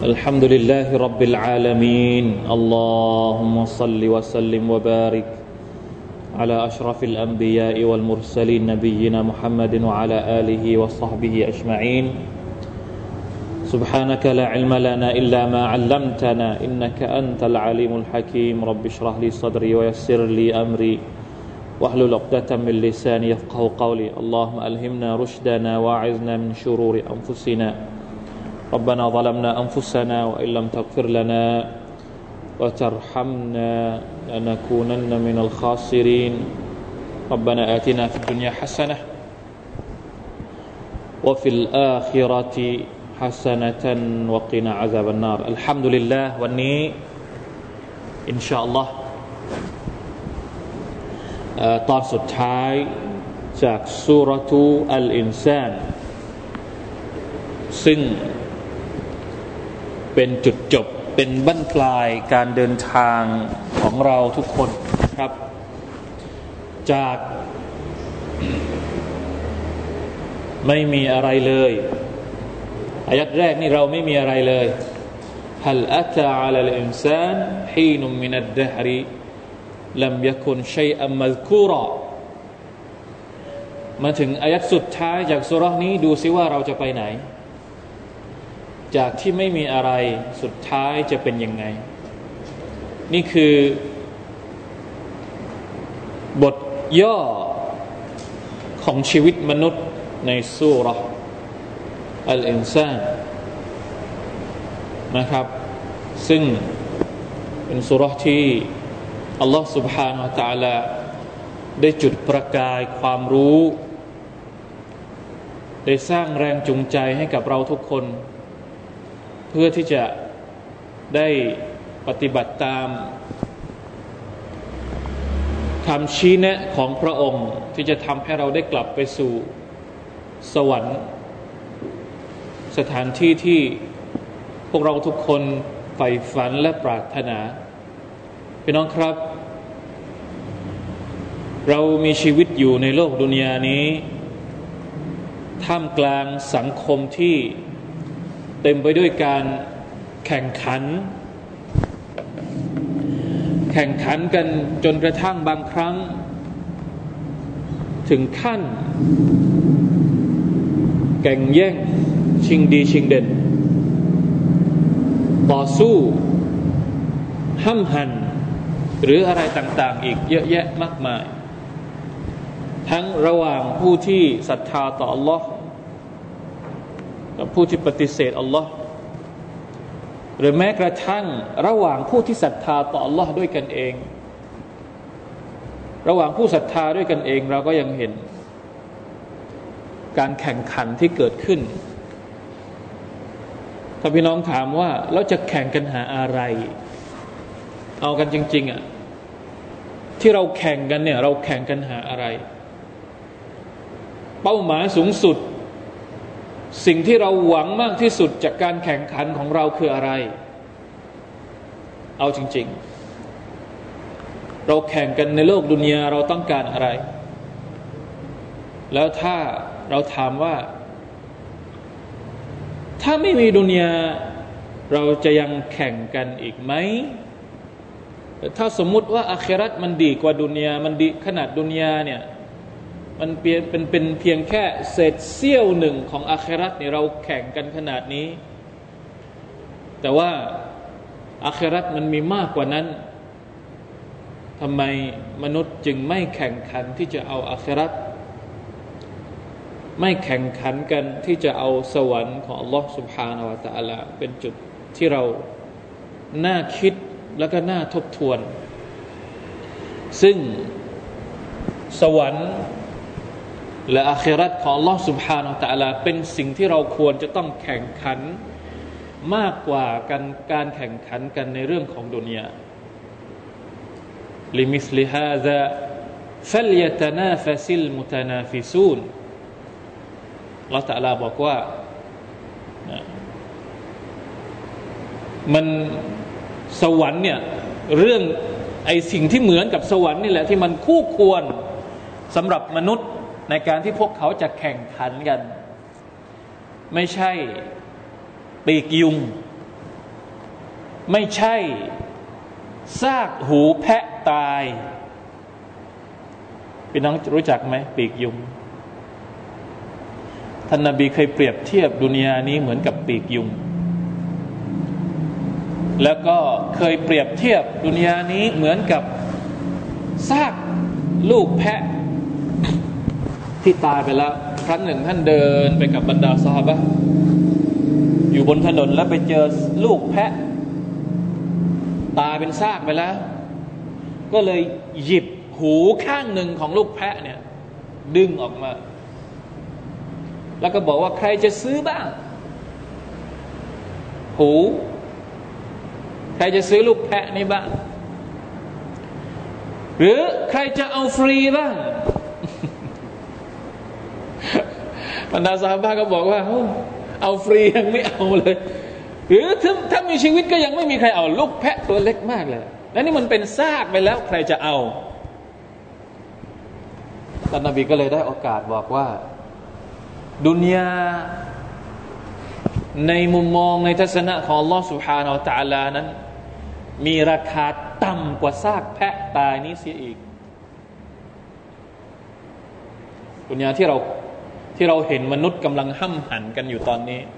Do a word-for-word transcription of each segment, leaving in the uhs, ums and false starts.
الحمد لله رب العالمين اللهم صل وسلم وبارك على أشرف الأنبياء والمرسلين نبينا محمد وعلى آله وصحبه أجمعين سبحانك لا علم لنا إلا ما علمتنا إنك أنت العليم الحكيم رب اشرح لي صدري ويسر لي أمري واحلل عقدة من لساني يفقهوا قولي اللهم ألهمنا رشدنا واعذنا من شرور أنفسنا ربنا ظلمنا أنفسنا وإن لم تغفر لنا وترحمنا لنكونن من الخاسرين ربنا آتنا في الدنيا حسنة وفي الآخرة حسنة وقنا عذاب النار الحمد لله วันนี้อินชาอัลลอฮ์ตอนสุดท้ายจากซูเราะตุอัลอินซานซึ่งเป็นจุดจบเป็นบั้นปลายการเดินทางของเราทุกคนครับจากไม่มีอะไรเลยอายัดแรกนี่เราไม่มีอะไรเลยฮัลอะตาอะลัลอินซานฮีนุมินัดดะฮริลัมยะกุนชัยอัมมัซคูรอมาถึงอายัดสุดท้ายจากซูเราะห์นี้ดูซิว่าเราจะไปไหนจากที่ไม่มีอะไรสุดท้ายจะเป็นยังไงนี่คือบทย่อของชีวิตมนุษย์ในซูเราะห์อัลอินซานนะครับซึ่งเป็นซูเราะห์ที่อัลลอฮฺ سبحانه และ تعالى ได้จุดประกายความรู้ได้สร้างแรงจูงใจให้กับเราทุกคนเพื่อที่จะได้ปฏิบัติตามคำชี้แนะของพระองค์ที่จะทำให้เราได้กลับไปสู่สวรรค์สถานที่ที่พวกเราทุกคนใฝ่ฝันและปรารถนาพี่น้องครับเรามีชีวิตอยู่ในโลกดุนยานี้ท่ามกลางสังคมที่เต็มไปด้วยการแข่งขันแข่งขันกันจนกระทั่งบางครั้งถึงขั้นแข่งแย่งชิงดีชิงเด่นต่อสู้ห้ำหั่นหรืออะไรต่างๆอีกเยอะแยะมากมายทั้งระหว่างผู้ที่ศรัทธาต่อ Allahกับผู้ที่ปฏิเสธอัลลอฮ์หรือแม้กระทั่งระหว่างผู้ที่ศรัทธาต่ออัลลอฮ์ด้วยกันเองระหว่างผู้ศรัทธาด้วยกันเองเราก็ยังเห็นการแข่งขันที่เกิดขึ้นถ้าพี่น้องถามว่าเราจะแข่งกันหาอะไรเอากันจริงๆอ่ะที่เราแข่งกันเนี่ยเราแข่งกันหาอะไรเป้าหมายสูงสุดสิ่งที่เราหวังมากที่สุดจากการแข่งขันของเราคืออะไรเอาจริงๆเราแข่งกันในโลกดุนยาเราต้องการอะไรแล้วถ้าเราถามว่าถ้าไม่มีดุนยาเราจะยังแข่งกันอีกไหมถ้าสมมุติว่าอาคิเราะห์มันดีกว่าดุนยามันดีขนาดดุนยาเนี่ยมันเป็นเป็นเป็นเพียงแค่เศษเสี้ยวหนึ่งของอาคิเราะห์นี่เราแข่งกันขนาดนี้แต่ว่าอาคิเราะห์มันมีมากกว่านั้นทำไมมนุษย์จึงไม่แข่งขันที่จะเอาอาคิเราะห์ไม่แข่งขันกันที่จะเอาสวรรค์ของอัลลอฮฺ سبحانه และ تعالى เป็นจุดที่เราน่าคิดแล้วก็น่าทบทวนซึ่งสวรรค์และอาคิเราะห์ของอัลลอฮฺ سبحانه และ تعالى เป็นสิ่งที่เราควรจะต้องแข่งขันมากกว่ากันการแข่งขันกันในเรื่องของดุนยาลิมิสลิฮาซาฟัลยะตะนาฟะซิลมุตะนาฟิซูนอัลลอฮฺ تعالى บอกว่ามันสวรรค์เนี่ยเรื่องไอ้สิ่งที่เหมือนกับสวรรค์นี่แหละที่มันคู่ควรสำหรับมนุษย์ในการที่พวกเขาจะแข่งขันกันไม่ใช่ปีกยุงไม่ใช่ซากหูแพะตายพี่น้องรู้จักไหมปีกยุงท่านนบีเคยเปรียบเทียบดุนยานี้เหมือนกับปีกยุงแล้วก็เคยเปรียบเทียบดุนยานี้เหมือนกับซากลูกแพะที่ตายไปแล้วครั้งหนึ่งท่านเดินไปกับบรรดาซอฮาบะห์อยู่บนถนนแล้วไปเจอลูกแพะตายเป็นซากไปแล้วก็เลยหยิบหูข้างหนึ่งของลูกแพะเนี่ยดึงออกมาแล้วก็บอกว่าใครจะซื้อบ้างหูใครจะซื้อลูกแพะนี้บ้างหรือใครจะเอาฟรีบ้างบรรดาซอฮาบะห์ก็บอกว่าเอาฟรียังไม่เอาเลยหรือถ้าถ้ามีชีวิตก็ยังไม่มีใครเอาลูกแพะตัวเล็กมากเลยแล้วนี่มันเป็นซากไปแล้วใครจะเอาท่านนบีก็เลยได้โอกาสบอกว่าดุนยาในมุมมองในทัศนะของ Allah Subhanahu Wa Taala นั้นมีราคาต่ำกว่าซากแพะตายนี้เสียอีกดุนยาที่เราที่เราเห็นมนุษย์กำลังห้ำหันกันอยู่ตอนนี้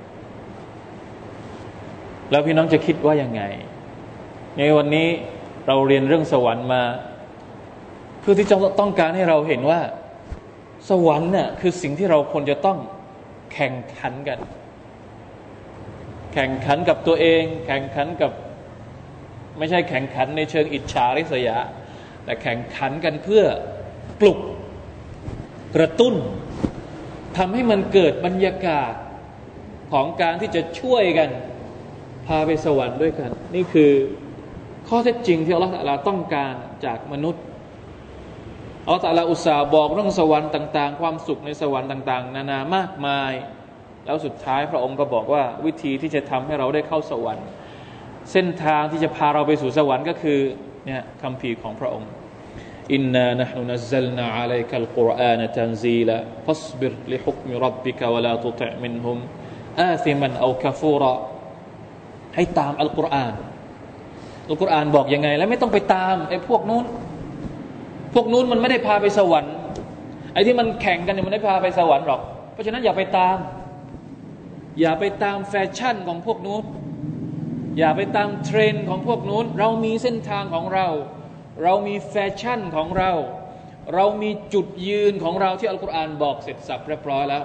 แล้วพี่น้องจะคิดว่ายังไงในวันนี้เราเรียนเรื่องสวรรค์มาเพื่อที่จะต้องการให้เราเห็นว่าสวรรค์น่ะคือสิ่งที่เราควรจะต้องแข่งขันกันแข่งขันกับตัวเองแข่งขันกับไม่ใช่แข่งขันในเชิงอิจฉาริษยาแต่แข่งขันกันเพื่อปลุกกระตุ้นทำให้มันเกิดบรรยากาศของการที่จะช่วยกันพาไปสวรรค์ด้วยกันนี่คือข้อเท็จจริงที่อัลเลาะห์ตะอาลาต้องการจากมนุษย์อัลเลาะห์ตะอาลาอุตส่าห์บอกเรื่องสวรรค์ต่างๆความสุขในสวรรค์ต่างๆนานามากมายแล้วสุดท้ายพระองค์ก็บอกว่าวิธีที่จะทำให้เราได้เข้าสวรรค์เส้นทางที่จะพาเราไปสู่สวรรค์ก็คือเนี่ยคัมภีร์ของพระองค์อินนานะห์นุนัซซัลนาอะลัยกัลกุรอานตันซีลาฟัศบิรลิฮุกมิร็อบบิกะวะลาตุติอ์มินฮุมอาซิมันเอากะฟูรอให้ตามอัลกุรอานอัลกุรอานบอกยังไงแล้วไม่ต้องไปตามไอ้พวกนู้นพวกนู้นมันไม่ได้พาไปสวรรค์ไอ้ที่มันแข่งกันเนี่ยมันไม่ได้พาไปสวรรค์หรอกเพราะฉะนั้นอย่าไปตามอย่าไปตามแฟชั่นของพวกนู้นอย่าไปตามเทรนด์ของพวกนู้นเรามีเส้นทางของเราเรามีแฟชั่นของเราเรามีจุดยืนของเราที่อัลกุรอานบอกเสร็จสับเรียบร้อยแล้ว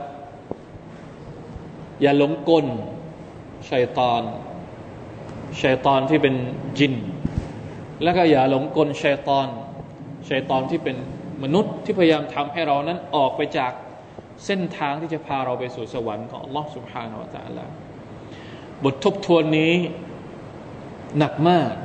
อย่าหลงกลชัยฏอนชัยฏอนที่เป็นจินแล้วก็อย่าหลงกลชัยฏอนชัยฏอนที่เป็นมนุษย์ที่พยายามทำให้เรานั้นออกไปจากเส้นทางที่จะพาเราไปสู่สวรรค์ของอัลลอฮฺ سبحانه และ تعالى บททบทวนนี้หนักมาก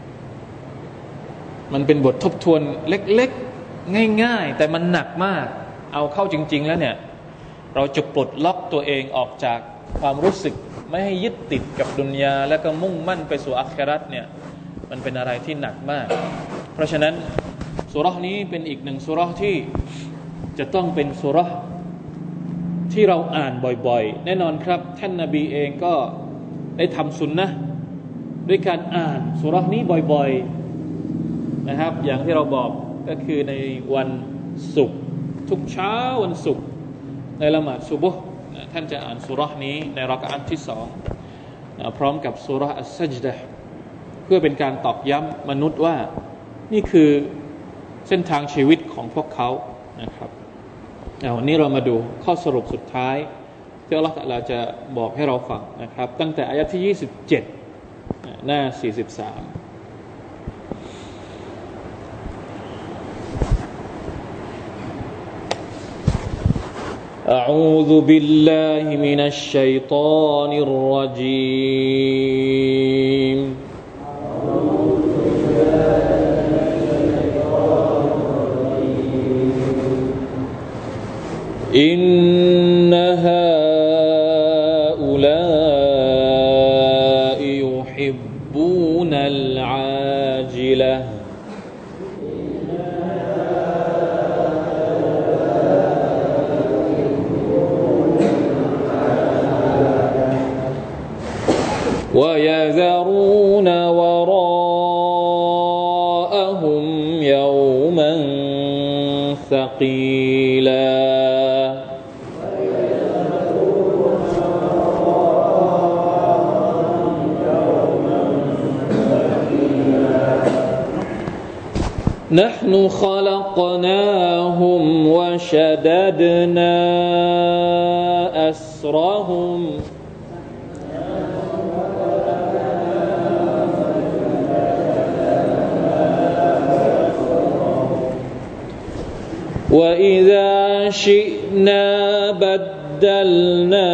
มันเป็นบททบทวนเล็กๆง่ายๆแต่มันหนักมากเอาเข้าจริงๆแล้วเนี่ยเราจะปลดล็อกตัวเองออกจากความรู้สึกไม่ให้ยึดติดกับดุนยาแล้วก็มุ่งมั่นไปสู่อาคิเราะห์เนี่ยมันเป็นอะไรที่หนักมากเพราะฉะนั้นซูเราะห์นี้เป็นอีกหนึ่งซูเราะห์ที่จะต้องเป็นซูเราะห์ที่เราอ่านบ่อยๆแน่นอนครับท่านนบีเองก็ได้ทำสุนนะห์ด้วยการอ่านซูเราะห์นี้บ่อยๆนะครับอย่างที่เราบอกก็คือในวันศุกร์ทุกเช้าวันศุกร์ในละหมาดซุบฮ์ท่านจะอ่านซูเราะห์นี้ในรอกอะอะห์ที่สองพร้อมกับซูเราะห์อัสซัจดะห์เพื่อเป็นการตอกย้ำมนุษย์ว่านี่คือเส้นทางชีวิตของพวกเขานะครับวันนี้เรามาดูข้อสรุปสุดท้ายที่อัลเลาะห์ตะอาลาจะบอกให้เราฟังนะครับตั้งแต่อายะห์ที่ยี่สิบเจ็ดหน้าสี่สิบสาม أعوذ بالله من الشيطان الرجيم إن هؤلاء يحبون العاجلة ويذرون ويذرون وراءهم يوما ثقيلا نحن خلقناهم وشددنا أسرهم وإذا شئنا بدلنا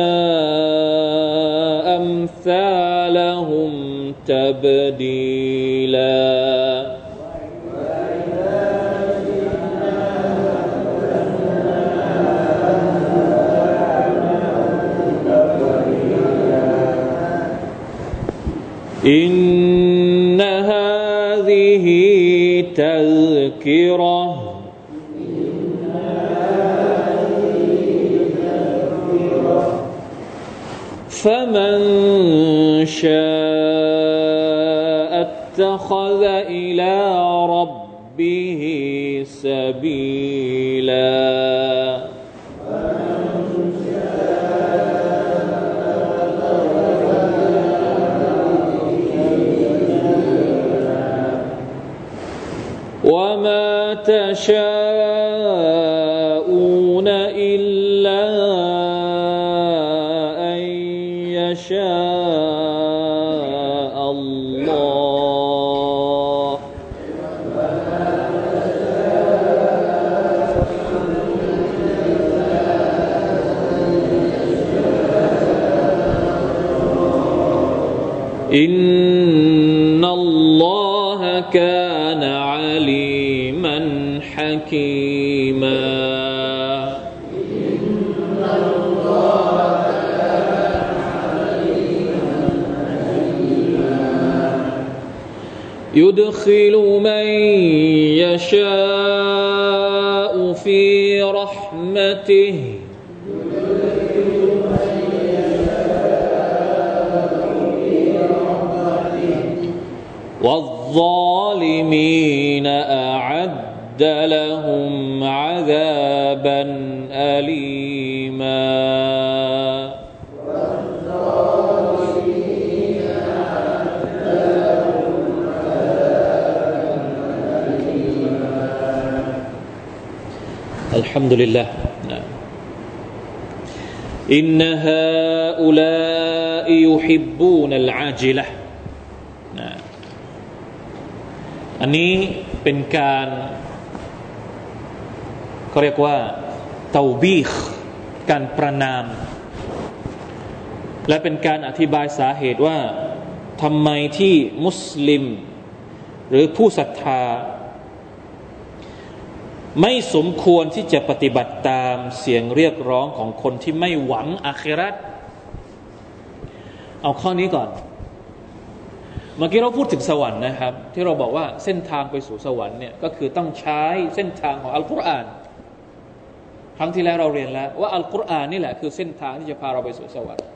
أمثالهم تبديلا إن هذه تذكرة فمن شاء اتخذ إلى ربه سبيلا وما تشاءون إلا أن يشاء الله إن الله كان عليما حكيما يدخل من يشاء في رحمته والظالمين أعد لهم عذابا أليما الحمد لله إن هؤلاء يحبون العاجلة อันนี้เป็นการเขาเรียกว่าเตาบีขการประนามและเป็นการอธิบายสาเหตุว่าทำไมที่มุสลิมหรือผู้ศรัทธาไม่สมควรที่จะปฏิบัติตามเสียงเรียกร้องของคนที่ไม่หวังอาคิเราะห์เอาข้อนี้ก่อนเมื่อกี้เราพูดถึงสวรรค์นะครับที่เราบอกว่าเส้นทางไปสู่สวรรค์เนี่ยก็คือต้องใช้เส้นทางของอัลกุรอานครั้งที่แล้วเราเรียนแล้วว่าอัลกุรอานนี่แหละคือเส้นทางที่จะพาเราไปสู่สวรรค์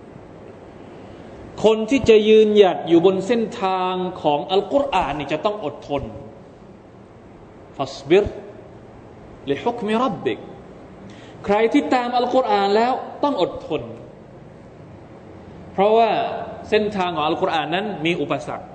คนที่จะยืนหยัดอยู่บนเส้นทางของอัลกุรอานนี่จะต้องอดทนฟัสบิรลิฮุกมิร็อบบิกใครที่ตามอัลกุรอานแล้วต้องอดทนเพราะว่าเส้นทางของอัลกุรอานนั้นมีอุปสรรค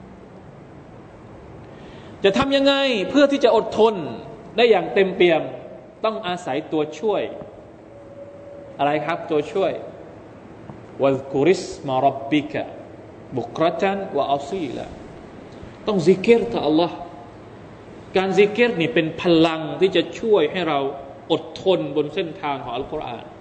จะทำยังไงเพื่อที่จะอดทนได้อย่างเต็มเปี่ยมต้องอาศัยตัวช่วยอะไรครับตัวช่วยวัซกุริสมาร็อบบิกะบุกรตันวะอัซีละต้องซิกร์ต่อ Allah การซิกร์นี่เป็นพลังที่จะช่วยให้เราอดทนบนเส้นทางของอัลกุรอาน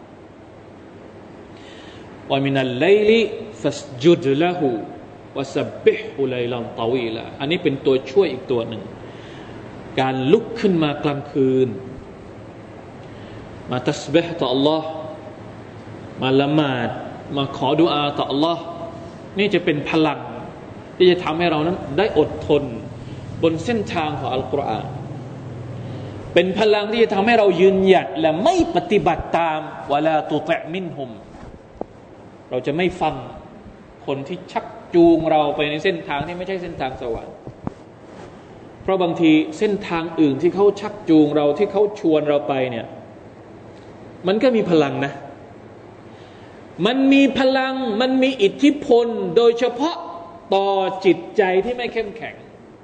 วะมินัลไลลิฟัสจุดละฮูวะซับบิฮุไลลันตอวีลาอันนี้เป็นตัวช่วยอีกตัวหนึ่งการลุกขึ้นมากลางคืนมาตัสบิฮต่อ Allah มาละหมาดมาขอดุอาต่อ Allah นี่จะเป็นพลังที่จะทำให้เรานั้นได้อดทนบนเส้นทางของอัลกุรอานเป็นพลังที่จะทำให้เรายืนหยัดและไม่ปฏิบัติตามวะลาตุติอ์มินฮุมเราจะไม่ฟังคนที่ชักจูงเราไปในเส้นทางที่ไม่ใช่เส้นทางสวรรค์เพราะบางทีเส้นทางอื่นที่เขาชักจูงเราที่เขาชวนเราไปเนี่ยมันก็มีพลังนะมันมีพลังมันมีอิทธิพลโดยเฉพาะต่อจิตใจที่ไม่เข้มแข็ง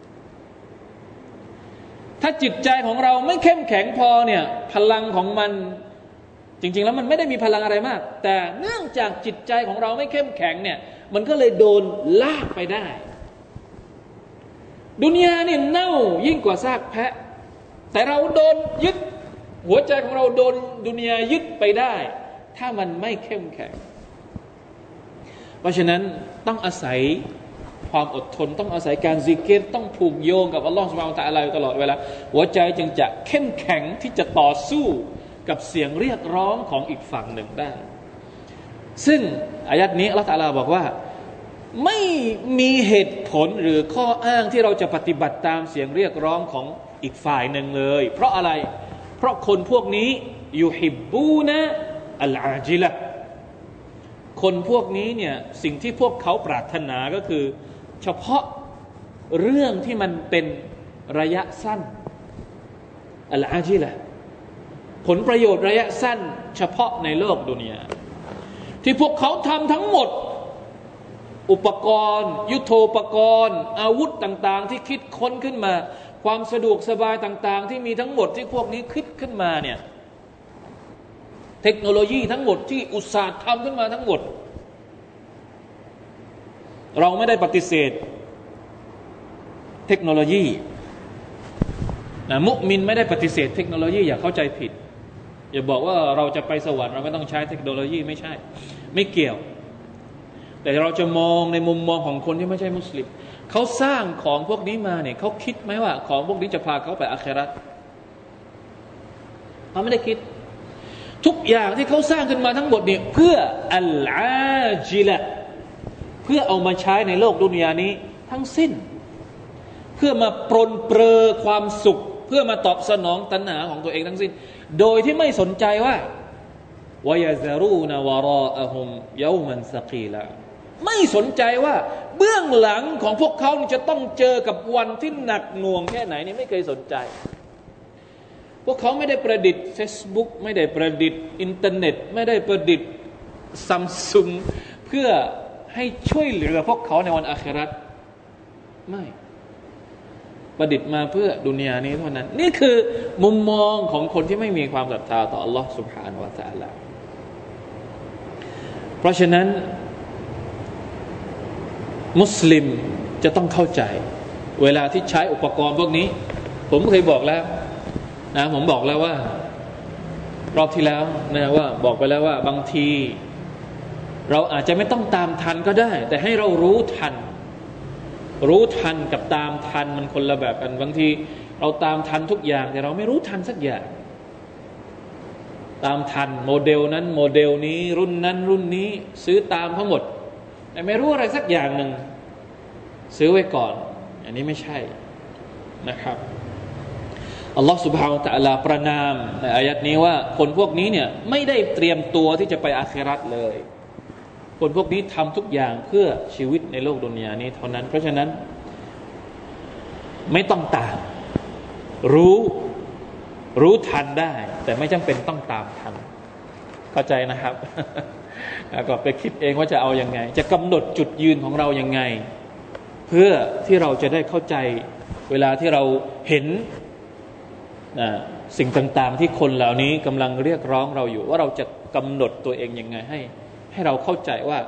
ถ้าจิตใจของเราไม่เข้มแข็งพอเนี่ยพลังของมันจริงๆแล้วมันไม่ได้มีพลังอะไรมากแต่เนื่องจากจิตใจของเราไม่เข้มแข็งเนี่ยมันก็เลยโดนลากไปได้ดุนยาเนี่ยเน่ายิ่งกว่าซากแพะแต่เราโดนยึดหัวใจของเราโดนดุนยายึดไปได้ถ้ามันไม่เข้มแข็งเพราะฉะนั้นต้องอาศัยความอดทนต้องอาศัยการซิกเกตต้องผูกโยงกับอัลลอฮฺซุบฮานะฮูวะตะอาลาอยู่ตลอดเวลาหัวใจจึงจะเข้มแข็งที่จะต่อสู้กับเสียงเรียกร้องของอีกฝั่งหนึ่งได้ซึ่งอายัดนี้อัลลอฮฺตะอาลาบอกว่าไม่มีเหตุผลหรือข้ออ้างที่เราจะปฏิบัติตามเสียงเรียกร้องของอีกฝ่ายหนึ่งเลยเพราะอะไรเพราะคนพวกนี้ยูฮิบบูนะอัลอาจิละคนพวกนี้เนี่ยสิ่งที่พวกเขาปรารถนาก็คือเฉพาะเรื่องที่มันเป็นระยะสั้นอัลอาจิละผลประโยชน์ระยะสั้นเฉพาะในโลกดุนยาที่พวกเขาทำทั้งหมดอุปกรณ์ยุทโธปกรณ์อาวุธต่างๆที่คิดค้นขึ้นมาความสะดวกสบายต่างๆที่มีทั้งหมดที่พวกนี้คิดขึ้นมาเนี่ยเทคโนโลยีทั้งหมดที่อุตสาหทำขึ้นมาทั้งหมดเราไม่ได้ปฏิเสธเทคโนโลยีนะมุมินไม่ได้ปฏิเสธเทคโนโลยีอย่าเข้าใจผิดอย่าบอกว่าเราจะไปสวรรค์เราไม่ต้องใช้เทคโนโลยีไม่ใช่ไม่เกี่ยวแต่เราจะมองในมุมมองของคนที่ไม่ใช่มุสลิมเขาสร้างของพวกนี้มาเนี่ยเขาคิดไหมว่าของพวกนี้จะพาเขาไปอาคิเราะห์เขาไม่ได้คิดทุกอย่างที่เขาสร้างขึ้นมาทั้งหมดเนี่ยเพื่ออัลอาจิละเพื่อเอามาใช้ในโลกดุนยานี้ทั้งสิ้นเพื่อมาปรนเปรอความสุขเพื่อมาตอบสนองตัณหาของตัวเองทั้งสิ้นโดยที่ไม่สนใจว่าวะยะซะรูนวะรออะฮุมยอมันซะกีลาไม่สนใจว่าเบื้องหลังของพวกเขาจะต้องเจอกับวันที่หนักหน่วงแค่ไหนนี่ไม่เคยสนใจพวกเขาไม่ได้ประดิษฐ์ Facebook ไม่ได้ประดิษฐ์อินเทอร์เน็ตไม่ได้ประดิษฐ์ซัมซุงเพื่อให้ช่วยเหลือพวกเขาในวันอาคิเราะห์ไม่ประดิษฐ์มาเพื่อดุนยานี้เท่านั้นนี่คือมุมมองของคนที่ไม่มีความศรัทธาต่อ Allah Subhanahu Wa Taala เพราะฉะนั้นมุสลิมจะต้องเข้าใจเวลาที่ใช้อุปกรณ์พวกนี้ผมเคยบอกแล้วนะผมบอกแล้วว่ารอบที่แล้วนะว่าบอกไปแล้วว่าบางทีเราอาจจะไม่ต้องตามทันก็ได้แต่ให้เรารู้ทันรู้ทันกับตามทันมันคนละแบบกันบางทีเราตามทันทุกอย่างแต่เราไม่รู้ทันสักอย่างตามทันโมเดลนั้นโมเดลนี้รุ่นนั้นรุ่นนี้ซื้อตามทั้งหมดแต่ไม่รู้อะไรสักอย่างหนึ่งซื้อไว้ก่อนอันนี้ไม่ใช่นะครับอัลลอฮฺ سبحانه และ تعالى ประนามในอายัดนี้ว่าคนพวกนี้เนี่ยไม่ได้เตรียมตัวที่จะไปอาคิเราะห์เลยคนพวกนี้ทำทุกอย่างเพื่อชีวิตในโลกดุนยานี้เท่านั้นเพราะฉะนั้นไม่ต้องตามรู้รู้ทันได้แต่ไม่จำเป็นต้องตามทันเข้าใจนะครับก็ไปคิดเองว่าจะเอายังไงจะกำหนดจุดยืนของเรายังไงเพื่อที่เราจะได้เข้าใจเวลาที่เราเห็นสิ่งต่างๆที่คนเหล่านี้กำลังเรียกร้องเราอยู่ว่าเราจะกำหนดตัวเองยังไงให้ให้เราเข้าใจว่า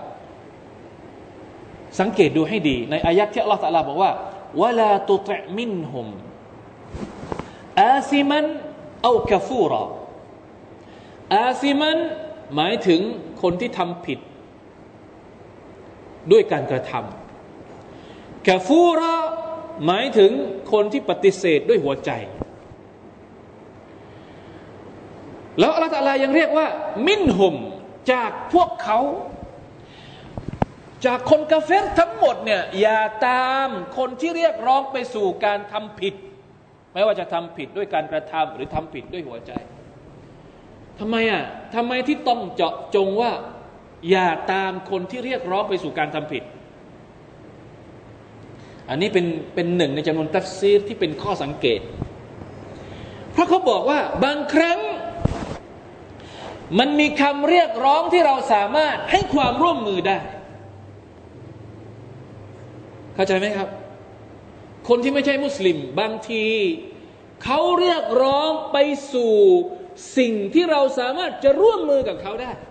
สังเกตดูให้ดีในอายัดที่อัลเลาะห์ตะอาลาบอกว่าวะลาตุติมินฮุมอาซิมันเอากะฟูรออาซิมันหมายถึงคนที่ทำผิดด้วยการกระทำกะฟูรอหมายถึงคนที่ปฏิเสธด้วยหัวใจแล้วอัลเลาะห์ตะอาลายังเรียกว่ามินฮุมจากพวกเขาจากคนกาเฟรทั้งหมดเนี่ยอย่าตามคนที่เรียกร้องไปสู่การทำผิดไม่ว่าจะทำผิดด้วยการกระทำหรือทำผิดด้วยหัวใจทำไมอ่ะทำไมที่ต้องเจาะจงว่าอย่าตามคนที่เรียกร้องไปสู่การทำผิดอันนี้เป็นเป็นหนึ่งในจำนวนตัฟซีรที่เป็นข้อสังเกตเพราะเขาบอกว่าบางครั้งมันมีคำเรียกร้องที่เราสามารถให้ความร่วมมือได้เข้าใจไหมครับคนที่ไม่ใช่มุสลิมบางทีเขาเรียกร้องไปสู่สิ่งที่เราสามารถจะร่วมมือกับเขาได้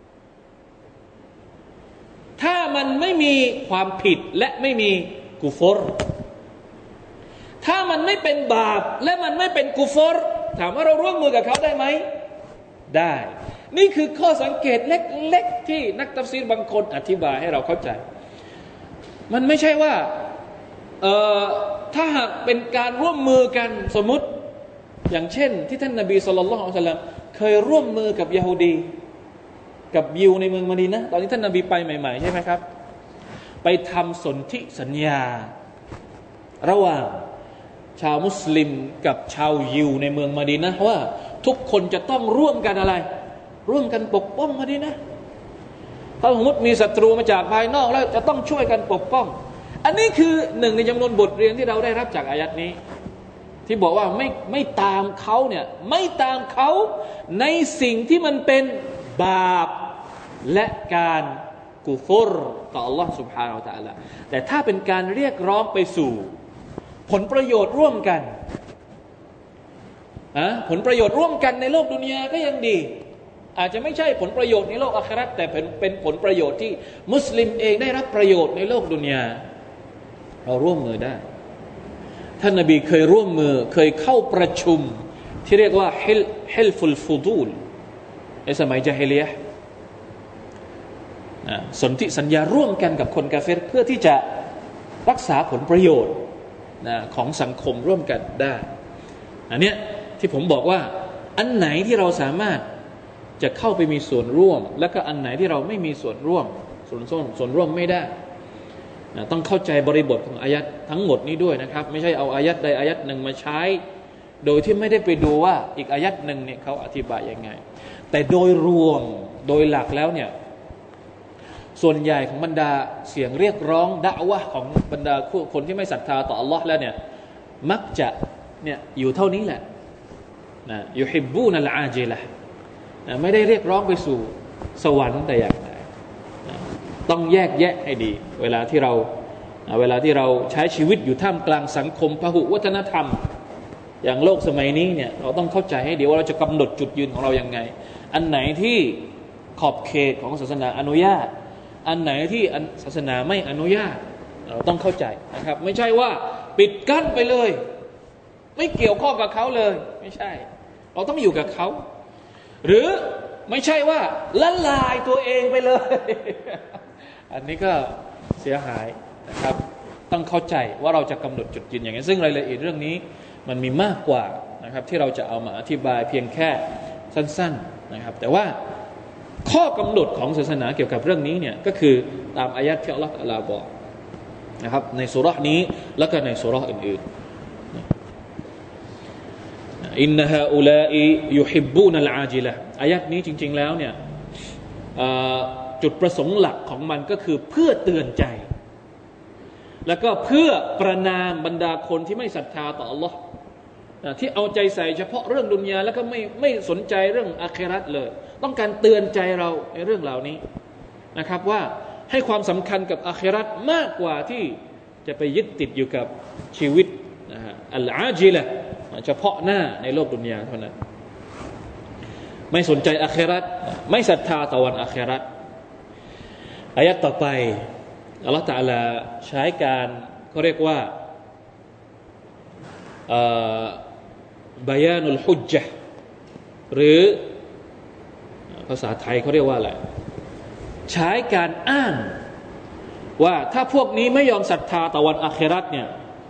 ถ้ามันไม่มีความผิดและไม่มีกุฟรถ้ามันไม่เป็นบาปและมันไม่เป็นกุฟรถามว่าเราร่วมมือกับเขาได้ไหมได้นี่คือข้อสังเกตเล็กๆที่นักตัฟซีรบางคนอธิบายให้เราเข้าใจมันไม่ใช่ว่าเอ่อถ้าหากเป็นการร่วมมือกันสมมุติอย่างเช่นที่ท่านนบีศ็อลลัลลอฮุอะลัยฮิวะซัลลัมเคยร่วมมือกับยะฮูดีกับยิวในเมืองมะดีนะห์ตอนที่ท่านนบีไปใหม่ๆใช่ไหมครับไปทำสนธิสัญญาระหว่างชาวมุสลิมกับชาวยิวในเมืองมะดีนะห์ว่าทุกคนจะต้องร่วมกันอะไรร่วมกันปกป้องมะดีนะห์ถ้าสมมติมีศัตรูมาจากภายนอกแล้วจะต้องช่วยกันปกป้องอันนี้คือหนึ่งในจำนวนบทเรียนที่เราได้รับจากอายัดนี้ที่บอกว่าไม่ไม่ตามเขาเนี่ยไม่ตามเขาในสิ่งที่มันเป็นบาปและการกุฟรต่อ Allah سبحانه และ تعالى แต่ถ้าเป็นการเรียกร้องไปสู่ผลประโยชน์ร่วมกันอะผลประโยชน์ร่วมกันในโลกดุนยาก็ยังดีอาจจะไม่ใช่ผลประโยชน์ในโลกอาคิเราะห์แต่เป็นเป็นผลประโยชน์ที่มุสลิมเองได้รับประโยชน์ในโลกดุนยาเราร่วมมือได้ท่านนบีเคยร่วมมือเคยเข้าประชุมที่เรียกว่าฮิลฮิลฟุลฟุดูลในสมัยญะฮิลิยะห์สนธิสัญญาร่วมกันกับคนกาเฟรเพื่อที่จะรักษาผลประโยชน์ของสังคมร่วมกันได้อันเนี้ยที่ผมบอกว่าอันไหนที่เราสามารถจะเข้าไปมีส่วนร่วมและก็อันไหนที่เราไม่มีส่วนร่วมส่วนส่วนส่วนร่วมไม่ได้ต้องเข้าใจบริบทของอายัดทั้งหมดนี้ด้วยนะครับไม่ใช่เอาอายัดใดอายัดหนึ่งมาใช้โดยที่ไม่ได้ไปดูว่าอีกอายัดหนึ่งเนี่ยเขาอธิบายยังไงแต่โดยรวมโดยหลักแล้วเนี่ยส่วนใหญ่ของบรรดาเสียงเรียกร้องดะอวะห์ของบรรดาคนที่ไม่ศรัทธาต่ออัลลอฮ์แล้วเนี่ยมักจะเนี่ยอยู่เท่านี้แหละนะยุฮิบบูนัลอาจิละห์นะไม่ได้เรียกร้องไปสู่สวรรค์แต่อย่างใดนะต้องแยกแยะให้ดีเวลาที่เราเวลาที่เราใช้ชีวิตอยู่ท่ามกลางสังคมพหุวัฒนธรรมอย่างโลกสมัยนี้เนี่ยเราต้องเข้าใจให้ดีว่าเราจะกำหนดจุดยืนของเรายังไงอันไหนที่ขอบเขตของศาสนาอนุญาตอันไหนที่ศาสนาไม่อนุญาตเราต้องเข้าใจนะครับไม่ใช่ว่าปิดกั้นไปเลยไม่เกี่ยวข้องกับเขาเลยไม่ใช่เราต้องอยู่กับเขาหรือไม่ใช่ว่าละลายตัวเองไปเลยอันนี้ก็เสียหายนะครับต้องเข้าใจว่าเราจะกำหนดจุดยืนอย่างไรซึ่งรายละเอียดเรื่องนี้มันมีมากกว่านะครับที่เราจะเอามาอธิบายเพียงแค่สั้นๆนะครับแต่ว่าข้อกำหนดของศาสนาเกี่ยวกับเรื่องนี้เนี่ยก็คือตามอายัดที่อัลลอฮฺตะอาลาบอกนะครับในซูเราะห์นี้แล้วก็ในซูเราะห์อื่นๆอินนะฮาอุลาอิยุฮิบบูนัลอาจิละห์อายัดนี้จริงๆแล้วเนี่ยจุดประสงค์หลักของมันก็คือเพื่อเตือนใจแล้วก็เพื่อประณามบรรดาคนที่ไม่ศรัทธาต่ออัลลอฮ์ที่เอาใจใส่เฉพาะเรื่องดุนยาแล้วก็ไม่ไม่สนใจเรื่องอาคิเราะห์เลยต้องการเตือนใจเราในเรื่องเหล่านี้นะครับว่าให้ความสำคัญกับอาคิเราะห์มากกว่าที่จะไปยึดติดอยู่กับชีวิตนะฮะอัลอาจิละห์เฉพาะหน้าในโลกดุนยาเท่านั้นไม่สนใจอาคิเราะห์ไม่ศรัทธาต่อวันอาคิเราะห์อายะห์ต่อไปอัลเลาะห์ตะอาลาใช้การเขาเรียกว่าบยานุลฮุจญะห์หรือภาษาไทยเขาเรียกว่าอะไรใช้การอ้างว่าถ้าพวกนี้ไม่ยอมศรัทธาต่อวันอาคิเราะห์เนี่ย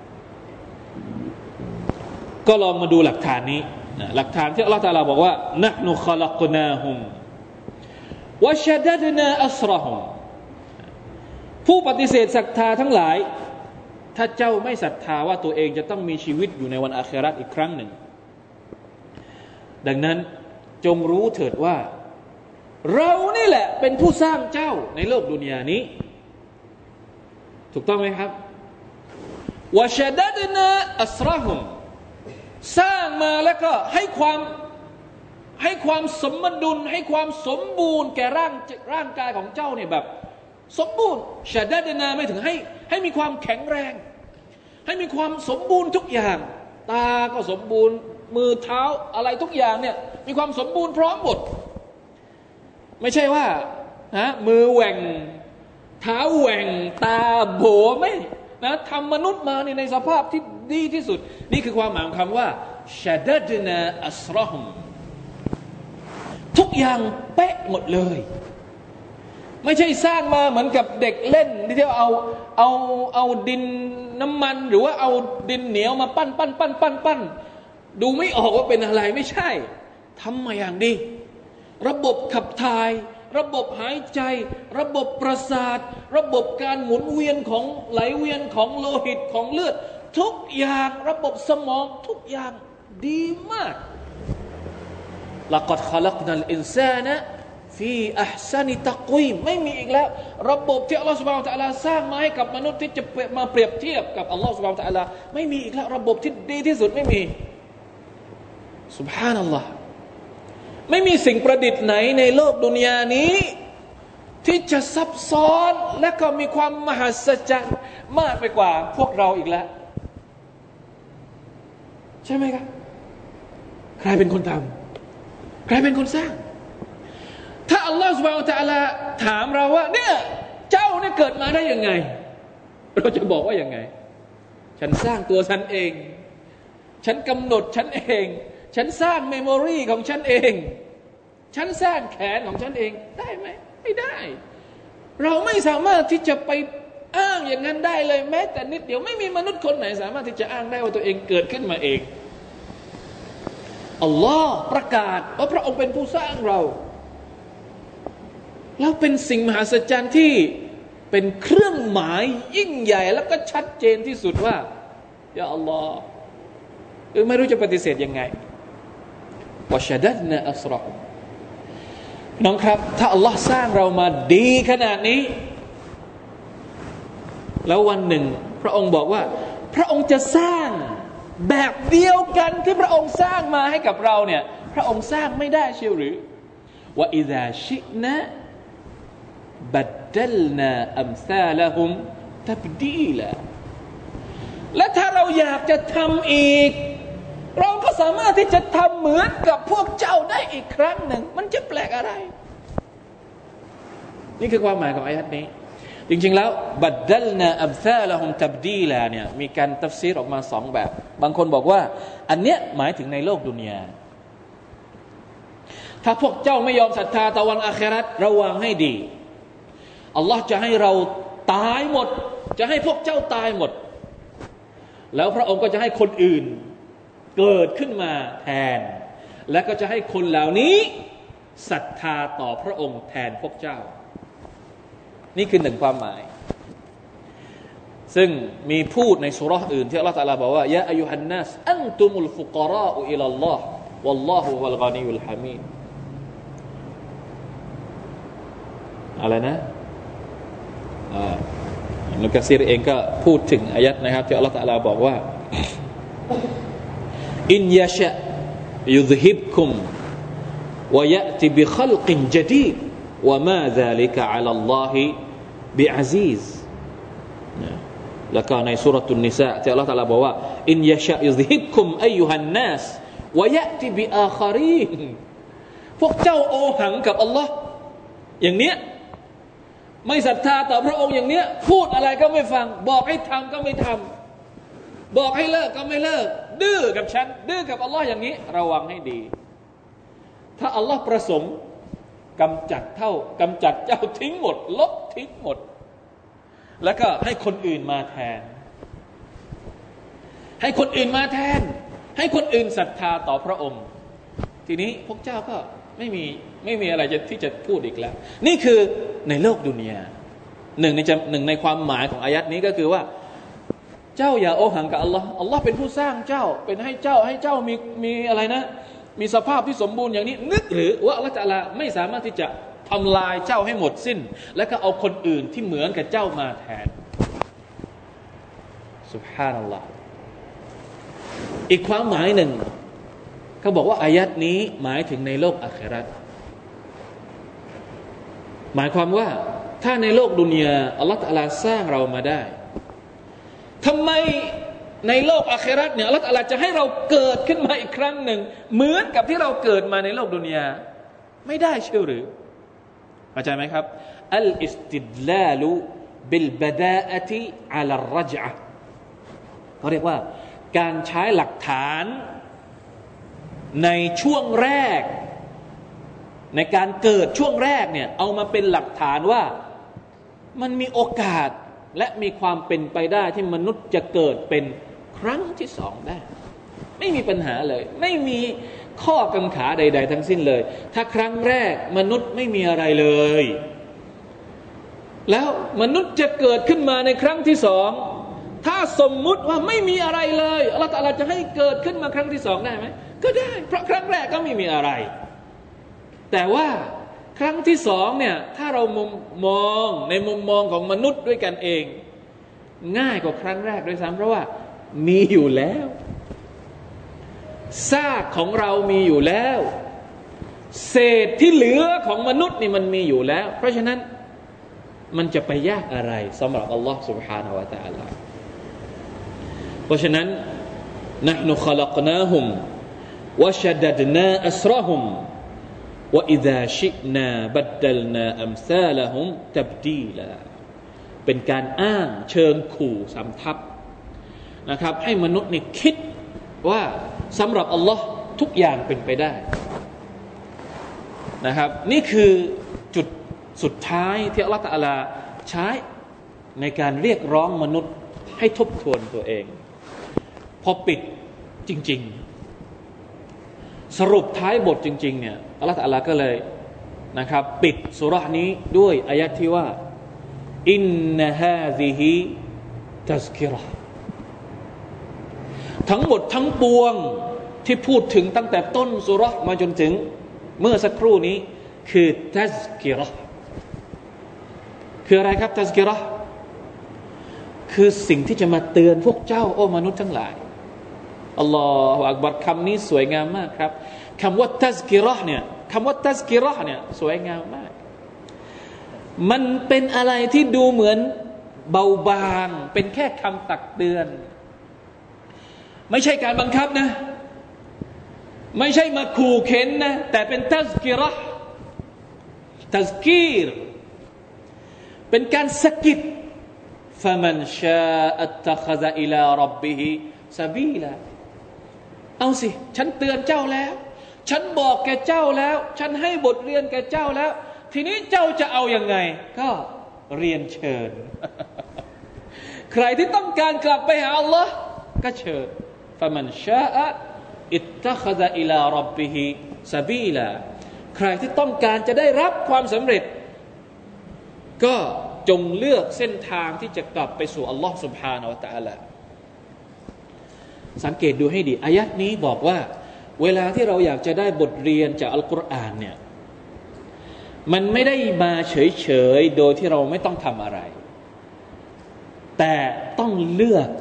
ก็ลองมาดูหลักฐานนี้หลักฐานที่อัลเลาะห์ตะอาลาบอกว่านะห์นุคอลักนาฮุมวะชะดัดนาอัสรอฮุมผู้ปฏิเสธศรัทธาทั้งหลายถ้าเจ้าไม่ศรัทธาว่าตัวเองจะต้องมีชีวิตอยู่ในวันอาคิเราะห์อีกครั้งหนึ่งดังนั้นจงรู้เถิดว่าเรานี่แหละเป็นผู้สร้างเจ้าในโลกดุนยานี้ถูกต้องไหมครับวะชะดัดนาอัสรอฮุมสร้างมาแล้วก็ให้ความให้ความสมดุลให้ความสมบูรณ์แก่ร่างร่างกายของเจ้าเนี่ยแบบสมบูรณ์ชะดัดนาไม่ถึงให้ให้มีความแข็งแรงให้มีความสมบูรณ์ทุกอย่างตาก็สมบูรณ์มือเท้าอะไรทุกอย่างเนี่ยมีความสมบูรณ์พร้อมหมดไม่ใช่ว่าฮะมือแหว่งเท้าแหว่งตาโบไม่นะทำมนุษย์มาในในสภาพที่ดีที่สุดนี่คือความหมายของคำว่าชะดัดนาอัสรอฮุมทุกอย่างเป๊ะหมดเลยไม่ใช่สร้างมาเหมือนกับเด็กเล่นที่เอาเอาเอาดินน้ำมันหรือว่าเอาดินเหนียวมาปั้นปั้นปั้นปั้นปั้นดูไม่ออกว่าเป็นอะไรไม่ใช่ทำมาอย่างดีระบบขับถ่ายระบบหายใจระบบประสาทระบบการหมุนเวียนของไหลเวียนของโลหิตของเลือดทุกอย่างระบบสมองทุกอย่างดีมากละกัดขลักนัลอินซานะฟีอัพซานิตักวีมไม่มีอีกแล้วระบบที่อัลลอฮฺซุบฮานะฮูวะตะอาลาสร้างมาให้กับมนุษย์ที่จะมาเปรียบเทียบกับอัลลอฮฺซุบฮานะฮูวะตะอาลาไม่มีอีกแล้วระบบที่ดีที่สุดไม่มีซุบฮานัลลอฮ์ไม่มีสิ่งประดิษฐ์ไหนในโลกดุนยานี้ที่จะซับซ้อนและก็มีความมหัศจรรย์มากไปกว่าพวกเราอีกแล้วใช่ไหมครับใครเป็นคนทำใครเป็นคนสร้างถ้าอัลลอฮฺซุบฮานะฮูวะตะอาลาถามเราว่าเนี่ยเจ้าเนี่ยเกิดมาได้ยังไงเราจะบอกว่ายังไงฉันสร้างตัวฉันเองฉันกำหนดฉันเองฉันสร้างเมมโมรีของฉันเองฉันสร้างแขนของฉันเองได้ไหมไม่ได้เราไม่สามารถที่จะไปอ้างอย่างนั้นได้เลยแม้แต่นิดเดียวไม่มีมนุษย์คนไหนสามารถที่จะอ้างได้ว่าตัวเองเกิดขึ้นมาเองอัลลอฮ์ประกาศว่าพระองค์เป็นผู้สร้างเราแล้วเป็นสิ่งมหัศจรรย์ที่เป็นเครื่องหมายยิ่งใหญ่แล้วก็ชัดเจนที่สุดว่ายาอัลลอฮ์คือไม่รู้จะปฏิเสธยังไงวะชะดัดนาอัสรอฮุน้องครับถ้าอัลลอฮ์สร้างเรามาดีขนาดนี้แล้ววันหนึ่งพระองค์บอกว่าพระองค์จะสร้างแบบเดียวกันที่พระองค์สร้างมาให้กับเราเนี่ยพระองค์สร้างไม่ได้เชียวหรือวะอิซาชินะบัดดัลนาอัมซาละฮุมตับดีละและถ้าเราอยากจะทำอีกเราก็สามารถที่จะทำเหมือนกับพวกเจ้าได้อีกครั้งหนึ่งมันจะแปลกอะไรนี่คือความหมายของอายัดนี้จริงๆแล้วบัดดัลนาอัมซาละฮุมตับดีละเนี่ยมีการตัฟซีรออกมาสองแบบบางคนบอกว่าอันเนี้ยหมายถึงในโลกดุนยาถ้าพวกเจ้าไม่ยอมศรัทธาต่อวันอาคิเราะห์ระวังให้ดีอัลลอฮ์จะให้เราตายหมดจะให้พวกเจ้าตายหมดแล้วพระองค์ก็จะให้คนอื่นเกิดขึ้นมาแทนและก็จะให้คนเหล่านี้ศรัทธาต่อพระองค์แทนพวกเจ้านี่คือหนึ่งความหมายซึ่งมีพูดในซูเราะห์อื่นที่อัลเลาะห์ตะอาลาบอกว่ายะอัยยูฮันนัสอันตุมุลฟุกเราะอิลัลลอฮ์วัลลอฮุวัลฆอนียุลฮะมีดอะไรนะอ่าอิบนุกะซีรเองก็พูดถึงอายัดนะครับที่อัลเลาะห์ตะอาลาบอกว่าอินยะชะยุซฮิบคุมวะยะติบิคัลกินญะดีดวะมาซาลิกะอะลัลลอฮิบิอะซีซแล้วก็ในซูเราะตุนนิสาที่อัลเลาะห์ตะอาลาบอกว่าอินยะชะยุซฮิบคุมอัยยูฮันนัสวะยะติบิอาคารีนพวกเจ้าโอหังกับอัลลอฮ์อย่างเนี้ยไม่ศรัทธาต่อพระองค์อย่างเนี้ยพูดอะไรก็ไม่ฟังบอกให้ทำก็ไม่ทำบอกให้เลิกก็ไม่เลิกดื้อกับฉันดื้อกับอัลลอฮ์อย่างนี้ระวังให้ดีถ้าอัลลอฮ์ประสงค์กำจัดเท่ากำจัดเจ้าทิ้งหมดลบทิ้งหมดแล้วก็ให้คนอื่นมาแทนให้คนอื่นมาแทนให้คนอื่นศรัทธาต่อพระองค์ทีนี้พวกเจ้าก็ไม่มีไม่มีอะไรจะที่จะพูดอีกแล้วนี่คือในโลกดุนยาหนึ่งในหนึ่งในความหมายของอายัดนี้ก็คือว่าเจ้าอย่าโอหังกับอัลลอฮ์อัลลอฮ์เป็นผู้สร้างเจ้าเป็นให้เจ้าให้เจ้ามีมีอะไรนะมีสภาพที่สมบูรณ์อย่างนี้นึกหรือว่าอัลลอฮ์ตะอาลาไม่สามารถที่จะทำลายเจ้าให้หมดสิ้นแล้วก็เอาคนอื่นที่เหมือนกับเจ้ามาแทนซุบฮานัลลอฮ์อีกความหมายหนึ่งเขาบอกว่าอายัดนี้หมายถึงในโลกอาคิเราะห์หมายความว่าถ้าในโลกดุนยาอัลลอฮฺตะอาลาสร้างเรามาได้ทำไมในโลกอาคิเราะห์เนี่ยอัลลอฮฺตะอาลาจะให้เราเกิดขึ้นมาอีกครั้งหนึ่งเหมือนกับที่เราเกิดมาในโลกดุนยาไม่ได้เชื่อหรือเข้าใจไหมครับอัลอิสติดลาลุบิลบะดาอะติอะลัรรจอะห์เขาเรียกว่าการใช้หลักฐานในช่วงแรกในการเกิดช่วงแรกเนี่ยเอามาเป็นหลักฐานว่ามันมีโอกาสและมีความเป็นไปได้ที่มนุษย์จะเกิดเป็นครั้งที่สองได้ไม่มีปัญหาเลยไม่มีข้อกังขาใดๆทั้งสิ้นเลยถ้าครั้งแรกมนุษย์ไม่มีอะไรเลยแล้วมนุษย์จะเกิดขึ้นมาในครั้งที่สองถ้าสมมุติว่าไม่มีอะไรเลยอัลเลาะห์ตะอาลาจะให้เกิดขึ้นมาครั้งที่สองได้ไหมก็ได้เพราะครั้งแรกก็ไม่มีอะไรแต่ว่าครั้งที่สองเนี่ยถ้าเรามุมมองในมุมมองของมนุษย์ด้วยกันเองง่ายกว่าครั้งแรกด้วยซ้ำเพราะว่ามีอยู่แล้วซากของเรามีอยู่แล้วเศษที่เหลือของมนุษย์นี่มันมีอยู่แล้วเพราะฉะนั้นมันจะไปยากอะไรสำหรับอัลลอฮฺ سبحانه และ تعالى เพราะฉะนั้น نحن خلقناهم وشددنا أسرهم وإذا شئنا بدلنا أمثالهم تبديلا เป็นการอ้างเชิงขู่สำทับนะครับให้มนุษย์นี่คิดว่าสำหรับอัลลอฮ์ทุกอย่างเป็นไปได้นะครับนี่คือจุดสุดท้ายที่อัลลอฮฺตะอาลาใช้ในการเรียกร้องมนุษย์ให้ทบทวนตัวเองพอปิดจริงๆสรุปท้ายบทจริงๆเนี่ยอัลลอฮฺตะอาลาก็เลยนะครับปิดซูเราะห์นี้ด้วยอายะห์ที่ว่าอินนะฮาซิฮิตัซกิเราะห์ทั้งหมดทั้งปวงที่พูดถึงตั้งแต่ต้นซูเราะห์มาจนถึงเมื่อสักครู่นี้คือตัซกิเราะห์คืออะไรครับตัซกิเราะห์คือสิ่งที่จะมาเตือนพวกเจ้าโอ้มนุษย์ทั้งหลายอัลลอฮฺอักบัรคำนี้สวยงามมากครับคำว่าตัซกิเราะห์เนี่ยคำว่าตัซกิเราะห์เนี่ยสวยงามมากมันเป็นอะไรที่ดูเหมือนเบาบางเป็นแค่คำตักเตือนไม่ใช่การบังคับนะไม่ใช่มาขู่เข็นนะแต่เป็นตัซกิเราะห์ตัซกีรเป็นการสะกิด فمن شاء اتخذ إلى ربه سبيلا เอาสิฉันเตือนเจ้าแล้วฉันบอกแกเจ้าแล้วฉันให้บทเรียนแกเจ้าแล้วทีนี้เจ้าจะเอายังไงก็เรียนเชิญ ใครที่ต้องการกลับไปหาอัลลอฮ์ก็เชิญ فمن شاء اتخذ إلى ربه سبيلا ใครที่ต้องการจะได้รับความสำเร็จก็จงเลือกเส้นทางที่จะกลับไปสู่อัลลอฮ์ سبحانه และ تعالى สังเกตดูให้ดีอายะห์นี้บอกว่าเวลาที่เราอยากจะได้บทเรียนจากอัลกุรอานเนี่ยมันไม่ได้มาเฉยๆโดยที่เราไม่ต้องทำอะไรแต่ต้องเลือก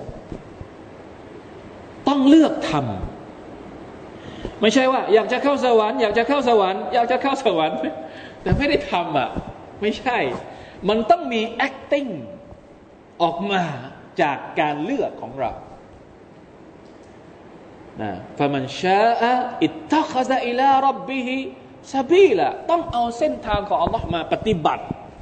ต้องเลือกทำไม่ใช่ว่าอยากจะเข้าสวรรค์อยากจะเข้าสวรรค์อยากจะเข้าสวรรค์แต่ไม่ได้ทำอ่ะไม่ใช่มันต้องมี acting ออกมาจากการเลือกของเรานะฟะมันชาอะอิตตะคอซะอิลาร็อบบิฮิซะบีละต้องเอาเส้นทางของอัลเลาะห์มาปฏิบัติ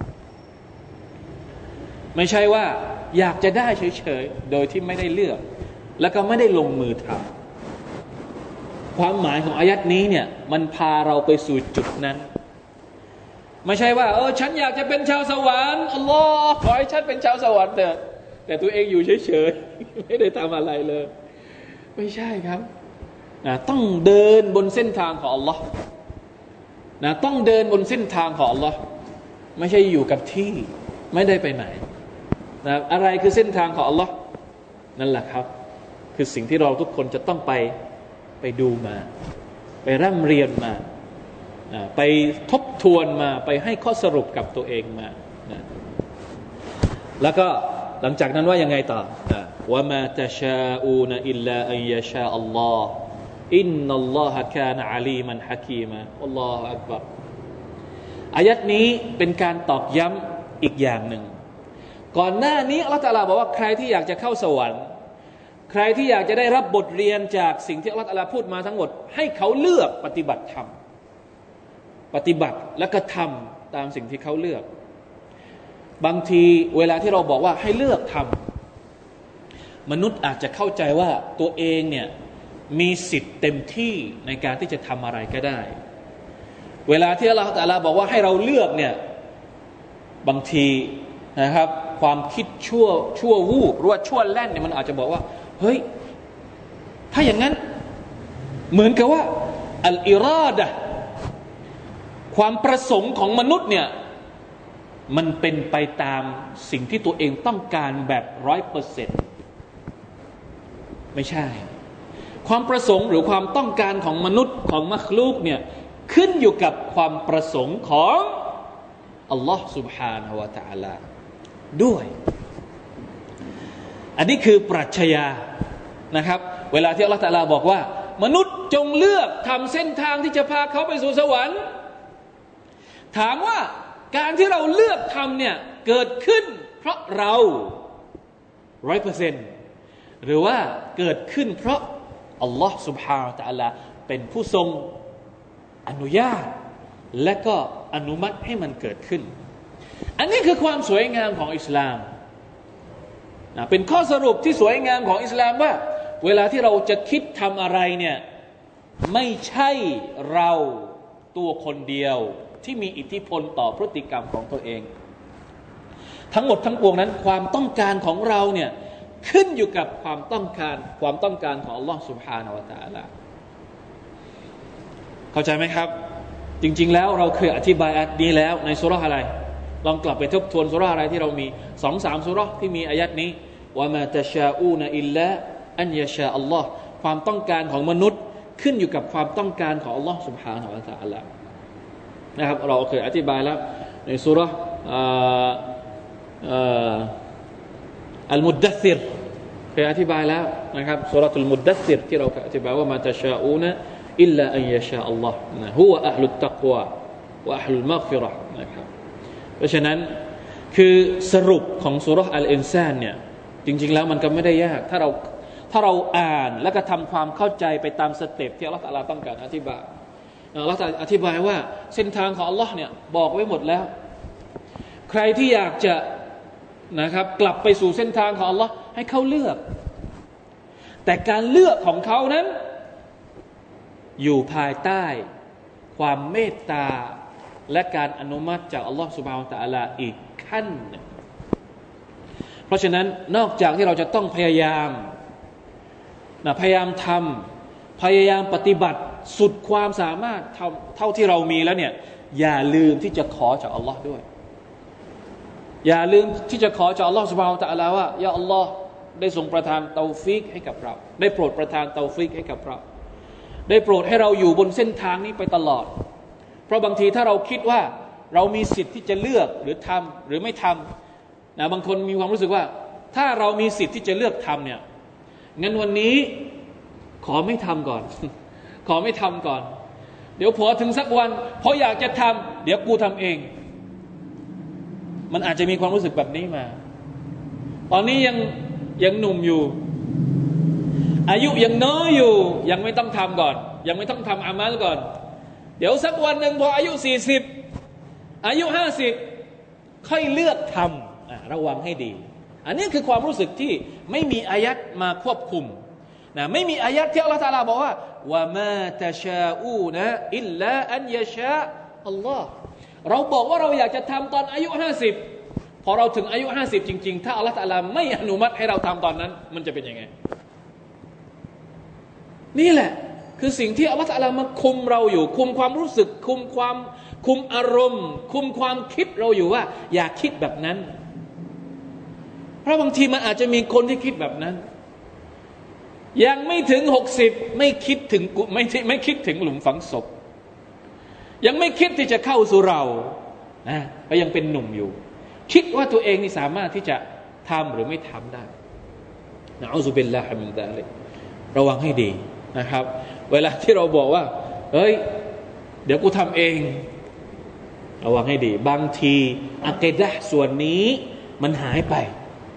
ไม่ใช่ว่าอยากจะได้เฉยๆโดยที่ไม่ได้เลือกแล้วก็ไม่ได้ลงมือทำความหมายของอายัดนี้เนี่ยมันพาเราไปสู่จุดนั้นไม่ใช่ว่าเออฉันอยากจะเป็นชาวสวรรค์อัลลอฮ์ขอให้ฉันเป็นชาวสวรรค์เถอะแต่ตัวเองอยู่เฉยๆไม่ได้ทำอะไรเลยไม่ใช่ครับนะต้องเดินบนเส้นทางของอัลลอฮ์นะต้องเดินบนเส้นทางของอัลลอฮ์ไม่ใช่อยู่กับที่ไม่ได้ไปไหนนะอะไรคือเส้นทางของอัลลอฮ์นั่นแหละครับคือสิ่งที่เราทุกคนจะต้องไปไปดูมาไปร่ำเรียนมาไปทบทวนมาไปให้ข้อสรุปกับตัวเองมานะแล้วก็หลังจากนั้นว่ายังไงต่อนะวะมาตะชาอูนอิลลาอันยะชาอัลลอฮ์อินนัลลอฮะกานะอะลีมันฮะกีมะอัลลอฮุอักบัรอายัดนี้เป็นการตอกย้ำอีกอย่างหนึ่งก่อนหน้านี้อัลเลาะห์ตะอาลาบอกว่าใครที่อยากจะเข้าสวรรค์ใครที่อยากจะได้รับบทเรียนจากสิ่งที่อัลเลาะห์ตะอาลาพูดมาทั้งหมดให้เขาเลือกปฏิบัติธรรมปฏิบัติและก็ทำตามสิ่งที่เขาเลือกบางทีเวลาที่เราบอกว่าให้เลือกทำมนุษย์อาจจะเข้าใจว่าตัวเองเนี่ยมีสิทธิ์เต็มที่ในการที่จะทำอะไรก็ได้เวลาที่อัลเลาะห์ตะอาลาบอกว่าให้เราเลือกเนี่ยบางทีนะครับความคิดชั่วชั่ววูบหรือว่าชั่วแล่นเนี่ยมันอาจจะบอกว่าเฮ้ยถ้าอย่างนั้นเหมือนกับว่าอัลอิราดะห์ความประสงค์ของมนุษย์เนี่ยมันเป็นไปตามสิ่งที่ตัวเองต้องการแบบร้อยเปอร์เซ็นต์ไม่ใช่ความประสงค์หรือความต้องการของมนุษย์ของมัคลูกเนี่ยขึ้นอยู่กับความประสงค์ของอัลลอฮ์ سبحانه และ تعالى ด้วยอันนี้คือปรัชญานะครับเวลาที่อัลลอฮ์ تعالى บอกว่ามนุษย์จงเลือกทำเส้นทางที่จะพาเขาไปสู่สวรรค์ถามว่าการที่เราเลือกทำเนี่ยเกิดขึ้นเพราะเรา ร้อยเปอร์เซ็นต์ หรือว่าเกิดขึ้นเพราะอัลลอฮ์ سبحانه และ تعالى เป็นผู้ทรงอนุญาตและก็อนุมัติให้มันเกิดขึ้นอันนี้คือความสวยงามของอิสลามนะเป็นข้อสรุปที่สวยงามของอิสลามว่าเวลาที่เราจะคิดทำอะไรเนี่ยไม่ใช่เราตัวคนเดียวที่มีอิทธิพลต่อพฤติกรรมของตัวเองทั้งหมดทั้งปวงนั้นความต้องการของเราเนี่ยขึ้นอยู่กับความต้องการความต้องการของอัลลอฮฺ سبحانه และ تعالى เข้าใจไหมครับจริงๆแล้วเราเคยอธิบายอายัดนี้แล้วในซูเราะห์อะไรลองกลับไปทบทวนซูเราะห์อะไรที่เรามี สองสาม ซูเราะห์ที่มีอายัดนี้วะมาตะชาอูนอิลลาอันยะชาอัลลอฮ์ความต้องการของมนุษย์ขึ้นอยู่กับความต้องการของอัลลอฮ์ سبحانه และ تعالى นะครับเราเคยอธิบายแล้วในซูเราะห์อัลมุดดัษซิรเคยอธิบายแล้วนะครับซูเราะตุลมุดดัษซิรที่เราอธิบายว่ามาตะชาอูนอิลลาอันยะชาอัลลอฮ์นะฮุวะอะห์ลุตตักวะวะอะห์ลุลมัฆฟิเราะห์นะครับเพราะฉะนั้นคือสรุปของซูเราะห์อัลอินซานเนี่ยจริงๆแล้วมันก็ไม่ได้ยากถ้าเราถ้าเราอ่านแล้วก็ทำความเข้าใจไปตามสเต็ปที่อัลเลาะห์ตะอาลาต้องการอธิบายอัลเลาะห์อธิบายว่าเส้นทางของอัลเลาะห์เนี่ยบอกไว้หมดแล้วใครที่อยากจะนะครับกลับไปสู่เส้นทางของอัลเลาะห์ให้เขาเลือกแต่การเลือกของเขานั้นอยู่ภายใต้ความเมตตาและการอนุมัติจากอัลลอฮฺซุบฮานะฮูวะตะอาลาอีกขั้นหนึ่งเพราะฉะนั้นนอกจากที่เราจะต้องพยายามนะพยายามทำพยายามปฏิบัติสุดความสามารถเท่าเท่าที่เรามีแล้วเนี่ยอย่าลืมที่จะขอจากอัลลอฮ์ด้วยอย่าลืมที่จะขอจากอัลลอฮฺซุบฮานะฮูวะตะอาลาว่ายาอัลลอฮ์ได้ทรงประทานเตาฟีกให้กับเราได้โปรดประทานเตาฟีกให้กับเราได้โปรดให้เราอยู่บนเส้นทางนี้ไปตลอดเพราะบางทีถ้าเราคิดว่าเรามีสิทธิ์ที่จะเลือกหรือทำหรือไม่ทำนะบางคนมีความรู้สึกว่าถ้าเรามีสิทธิ์ที่จะเลือกทำเนี่ยงั้นวันนี้ขอไม่ทำก่อน ขอไม่ทำก่อนเดี๋ยวพอถึงสักวันพออยากจะทำเดี๋ยวกูทำเองมันอาจจะมีความรู้สึกแบบนี้มาตอนนี้ยังยังหนุ่มอยู่อายุยังน้อยอยู่ยังไม่ต้องทำก่อนยังไม่ต้องทำอามัลก่อนเดี๋ยวสักวันหนึ่งพออายุสี่สิบอายุห้าสิบค่อยเลือกทำระวังให้ดีอันนี้คือความรู้สึกที่ไม่มีอายัดมาควบคุมนะไม่มีอายัดที่อัลลอฮฺตะอาลาบอกว่าวะมาตะชาอูนะอิลลาอันยะชาอัลลอฮ์เราบอกว่าเราอยากจะทำตอนอายุห้าสิบพอเราถึงอายุห้าสิบจริงๆถ้าอัลลอฮฺตะอาลาไม่อนุมัติให้เราทำตอนนั้นมันจะเป็นยังไงนี่แหละคือสิ่งที่อัลลอฮฺตะอาลามาคุมเราอยู่คุมความรู้สึกคุมความคุมอารมณ์คุมความคิดเราอยู่ว่าอย่าคิดแบบนั้นเพราะบางทีมันอาจจะมีคนที่คิดแบบนั้นยังไม่ถึงหกสิบไม่คิดถึงไม่ไม่คิดถึงหลุมฝังศพยังไม่คิดที่จะเข้าสู่เรานะก็ยังเป็นหนุ่มอยู่คิดว่าตัวเองนี่สามารถที่จะทำหรือไม่ทำได้นะอูซุบิลลาฮิมินซาลิกระวังให้ดีนะครับเวลาที่เราบอกว่าเฮ้ยเดี๋ยวกูทำเองระวังให้ดีบางทีอะกีดะห์ส่วนนี้มันหายไป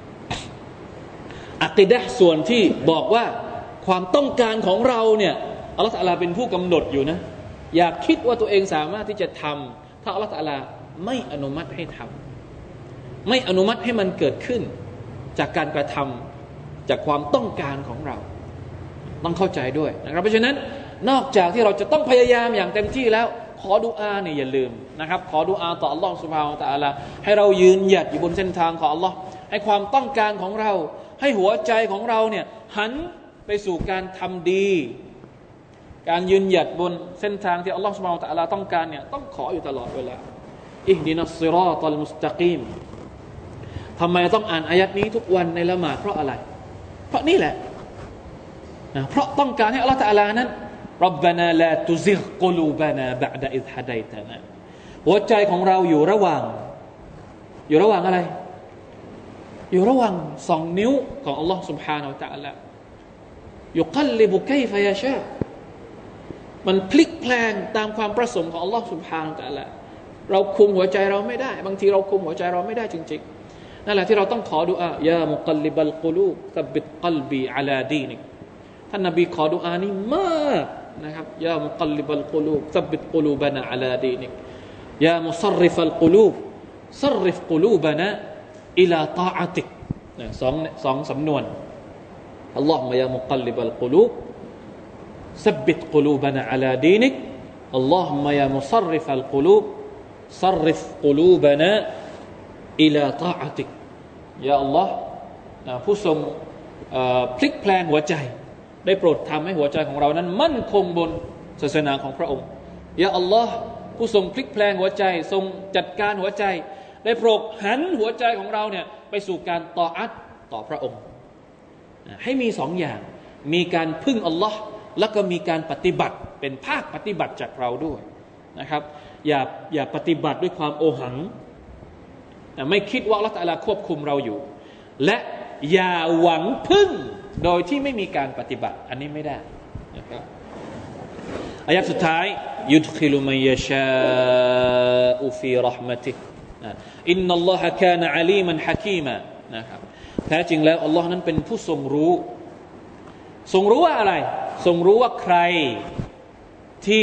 อะกีดะห์ส่วนที่บอกว่าความต้องการของเราเนี่ยอัลเลาะห์ตะอาลาเป็นผู้กำหนดอยู่นะอย่าคิดว่าตัวเองสามารถที่จะทำถ้าอัลเลาะห์ตะอาลาไม่อนุมัติให้ทำไม่อนุมัติให้มันเกิดขึ้นจากการกระทำจากความต้องการของเราต้องเข้าใจด้วยนะครับเพราะฉะนั้นนอกจากที่เราจะต้องพยายามอย่างเต็มที่แล้วขอดุอาเนี่ยอย่าลืมนะครับขอดุอาต่ออัลลอฮฺซุบฮานะฮูวะตะอาลาให้เรายืนหยัดอยู่บนเส้นทางของอัลลอฮ์ให้ความต้องการของเราให้หัวใจของเราเนี่ยหันไปสู่การทำดีการยืนหยัดบนเส้นทางที่อัลลอฮฺซุบฮานะฮูวะตะอาลาต้องการเนี่ยต้องขออยู่ตลอดเวลาอิฮดินัสซิรอตัลมุสตะกีมทำไมต้องอ่านอายัดนี้ทุกวันในละหมาดเพราะอะไรเพราะนี่แหละเพราะต้องการให้อัลลอฮฺตะอาลานั้นรับบานาลาตุซิฆกุลูบานาบะอ์ดะอิซฮะดัยตานาหัวใจของเราอยู่ระหว่างอยู่ระหว่างอะไรอยู่ระหว่างสองนิ้วของอัลลอฮฺ سبحانه และ تعالى ยุกัลลิบุกัยฟะยะชามันพลิกแปลงตามความประสงค์ของอัลลอฮฺ سبحانه และ تعالى เราคุมหัวใจเราไม่ได้บางทีเราคุมหัวใจเราไม่ได้จริงๆนั่นแหละที่เราต้องขอดุอายามุกัลลิบัลกุลูบซับบิตกัลบีอะลาดีนิกท่านนบีขอดุอานี้มากนะครับยามุกัลลิบัลกุลูบซับบิตกุลูบานะอะลาดีนิกยามุซัรริฟัลกุลูบซัรริฟกุลูบานะอิลาตาอะติกสองสองสำนวนอัลลอฮุมะยามุกัลลิบัลกุลูบซับบิตกุลูบานะอะลาดีนิกอัลลอฮุมะยามุซัรริฟัลกุลูบซัรริฟกุลูบานะอิลาตาอะติกยาอัลลอฮ์ผู้ทรงพลิกแปลงหัวใจได้โปรดทำให้หัวใจของเรานั้นมั่นคงบนศาสนาของพระองค์ยาอัลลอฮ์ผู้ทรงพลิกแปลงหัวใจทรงจัดการหัวใจได้โปรดหันหัวใจของเราเนี่ยไปสู่การตออัตต่อพระองค์ให้มีสองอย่างมีการพึ่งอัลลอฮ์แล้วก็มีการปฏิบัติเป็นภาคปฏิบัติจากเราด้วยนะครับอย่าอย่าปฏิบัติด้วยความโอหังไม่คิดว่าอัลเลาะห์ตะอาลาควบคุมเราอยู่และอย่าหวังพึ่งโดยที่ไม่มีการปฏิบัติอันนี้ไม่ได้นะครับอายะห์สุดท้ายยุดคิลุมันยะชาอุฟีเราะห์มะติฮ์อินนัลลอฮะกานะอะลีมันฮะกีมานะครับแท้จริงแล้วอัลลอฮ์นั้นเป็นผู้ทรงรู้ทรงรู้ว่าอะไรทรงรู้ว่าใครที่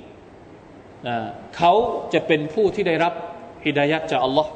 เขาจะเป็นผู้ที่ได้รับฮิดายะห์จากอัลลอฮ์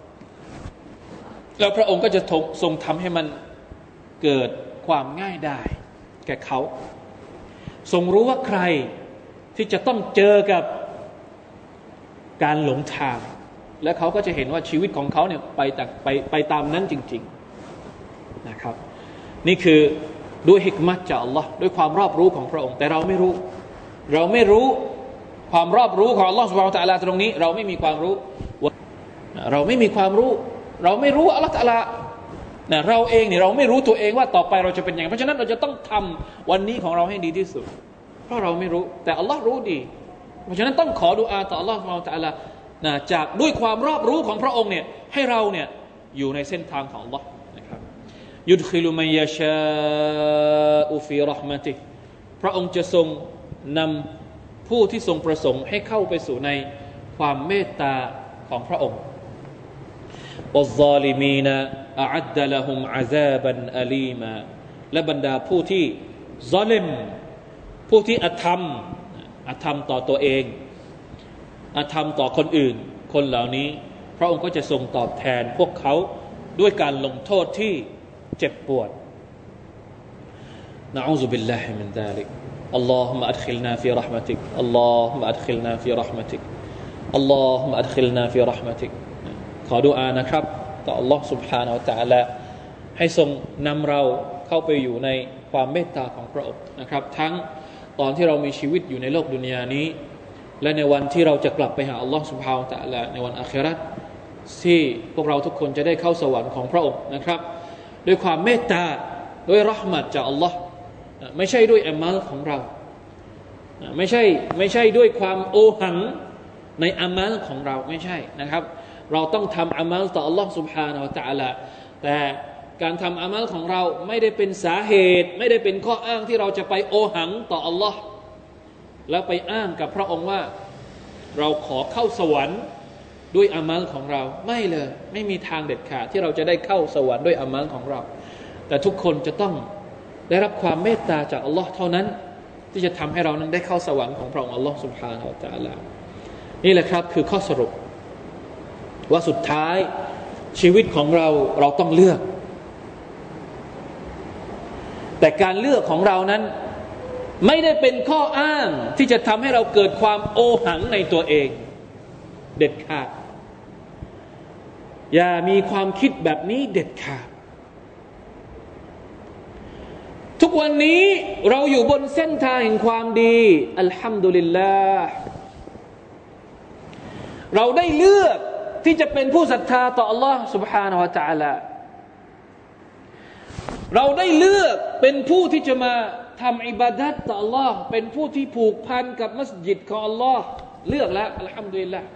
แล้วพระองค์ก็จะทรงทำให้มันเกิดความง่ายได้แก่เขาทรงรู้ว่าใครที่จะต้องเจอกับการหลงทางและเขาก็จะเห็นว่าชีวิตของเขาเนี่ยไปแต่ไปไปตามนั้นจริงๆนะครับนี่คือด้วยฮิกมัตจากอัลลอฮ์ด้วยความรอบรู้ของพระองค์แต่เราไม่รู้เราไม่รู้ความรอบรู้ของอัลลอฮ์ซุบฮานะฮูวะตะอาลาตรงนี้เราไม่มีความรู้เราไม่มีความรู้เราไม่รู้อัลลอฮ์ตะอาลานะเราเองเนี่ยเราไม่รู้ตัวเองว่าต่อไปเราจะเป็นยังไงเพราะฉะนั้นเราจะต้องทำวันนี้ของเราให้ดีที่สุดเพราะเราไม่รู้แต่อัลลอฮ์รู้ดีเพราะฉะนั้นต้องขอดุอาต่ออัลลอฮ์ซุบฮานะฮูวะตะอาลานะจากด้วยความรอบรู้ของพระองค์เนี่ยให้เราเนี่ยอยู่ในเส้นทางของอัลลอฮ์นะครับยุดคิลุมันยะชาอุฟีเราะห์มะติฮ์พระองค์จะทรงนำผู้ที่ทรงประสงค์ให้เข้าไปสู่ในความเมตตาของพระองค์والظالمين أعد لهم عذابا أليما และบรรดาผู้ที่ซอลิมผู้ที่อธรรมอธรรมต่อตัวเองอธรรมต่อคนอื่นคนเหล่านี้พระองค์ก็จะทรงตอบแทนพวกเขาด้วยการลงโทษที่เจ็บปวดนะอูซุบิลลาฮิมินซาลิกอัลลอฮุมะอัดคิลนาฟีเราะห์มะติกอัลลอฮุมะอัดคิลนาฟีเราะห์มะติกอัลลอฮุมะอัดคิลนาฟีเราะห์มะติกขอดุอานะครับต่อ Allah سبحانه และ تعالى ให้ทรงนำเราเข้าไปอยู่ในความเมตตาของพระองค์นะครับทั้งตอนที่เรามีชีวิตอยู่ในโลกดุนยานี้และในวันที่เราจะกลับไปหา Allah سبحانه และ تعالى ในวันอาคิเราะห์ที่พวกเราทุกคนจะได้เข้าสวรรค์ของพระองค์นะครับด้วยความเมตตาด้วยเราะห์มะตจาก Allah ไม่ใช่ด้วยอามัลของเราไม่ใช่ไม่ใช่ด้วยความโอหังในอามัลของเราไม่ใช่นะครับเราต้องทำอามัลต่อ Allah سبحانه และ تعالى แต่การทำอามัลของเราไม่ได้เป็นสาเหตุไม่ได้เป็นข้ออ้างที่เราจะไปโอหังต่ออัลลอฮ์แล้วไปอ้างกับพระองค์ว่าเราขอเข้าสวรรค์ด้วยอามัลของเราไม่เลยไม่มีทางเด็ดขาดที่เราจะได้เข้าสวรรค์ด้วยอามัลของเราแต่ทุกคนจะต้องได้รับความเมตตาจากอัลลอฮ์เท่านั้นที่จะทำให้เรานั้นได้เข้าสวรรค์ของพระองค์อัลลอฮ์ سبحانه และ تعالى นี่แหละครับคือข้อสรุปว่าสุดท้ายชีวิตของเราเราต้องเลือกแต่การเลือกของเรานั้นไม่ได้เป็นข้ออ้างที่จะทำให้เราเกิดความโอหังในตัวเองเด็ดขาดอย่ามีความคิดแบบนี้เด็ดขาดทุกวันนี้เราอยู่บนเส้นทางแห่งความดีอัลฮัมดุลิลลาห์เราได้เลือกที่จะเป็นผู้ศรัทธาต่อ Allah سبحانه และ تعالى เราได้เลือกเป็นผู้ที่จะมาทำอิบาดัตต่อ Allah เป็นผู้ที่ผูกพันกับมัสยิดของ Allah เลือกแล้วอัลฮัมดุลิลลาห์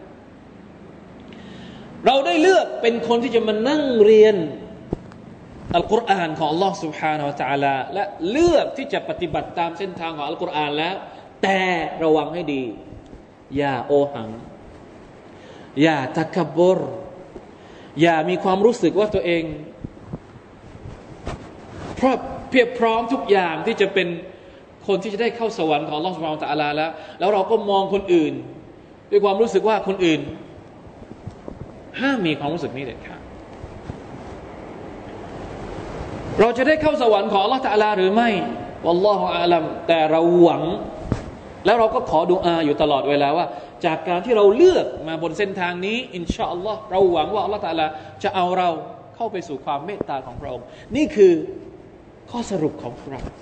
เราได้เลือกเป็นคนที่จะมานั่งเรียนอัลกุรอานของ Allah سبحانه และ تعالى และเลือกที่จะปฏิบัติตามเส้นทางของอัลกุรอานแล้วแต่ระวังให้ดีอย่าโอหังอย่าตักบรอย่ามีความรู้สึกว่าตัวเองเพราะเพียบพร้อมทุกอย่างที่จะเป็นคนที่จะได้เข้าสวรรค์ของ Allah سبحانه และ تعالى แล้วแล้วเราก็มองคนอื่นด้วยความรู้สึกว่าคนอื่นห้ามมีความรู้สึกนี้เด็ดขาดเราจะได้เข้าสวรรค์ของ Allah تعالى หรือไม่วัลลอฮุอาลัมแต่เราหวังแล้วเราก็ขอดุอาอยู่ตลอดเวลาว่าจากการที่เราเลือกมาบนเส้นทางนี้อินชาอัลลอฮ์เราหวังว่าอัลลอฮฺตะอาลาจะเอาเราเข้าไปสู่ความเมตตาของพระองค์นี่คือข้อสรุปของพวกเรา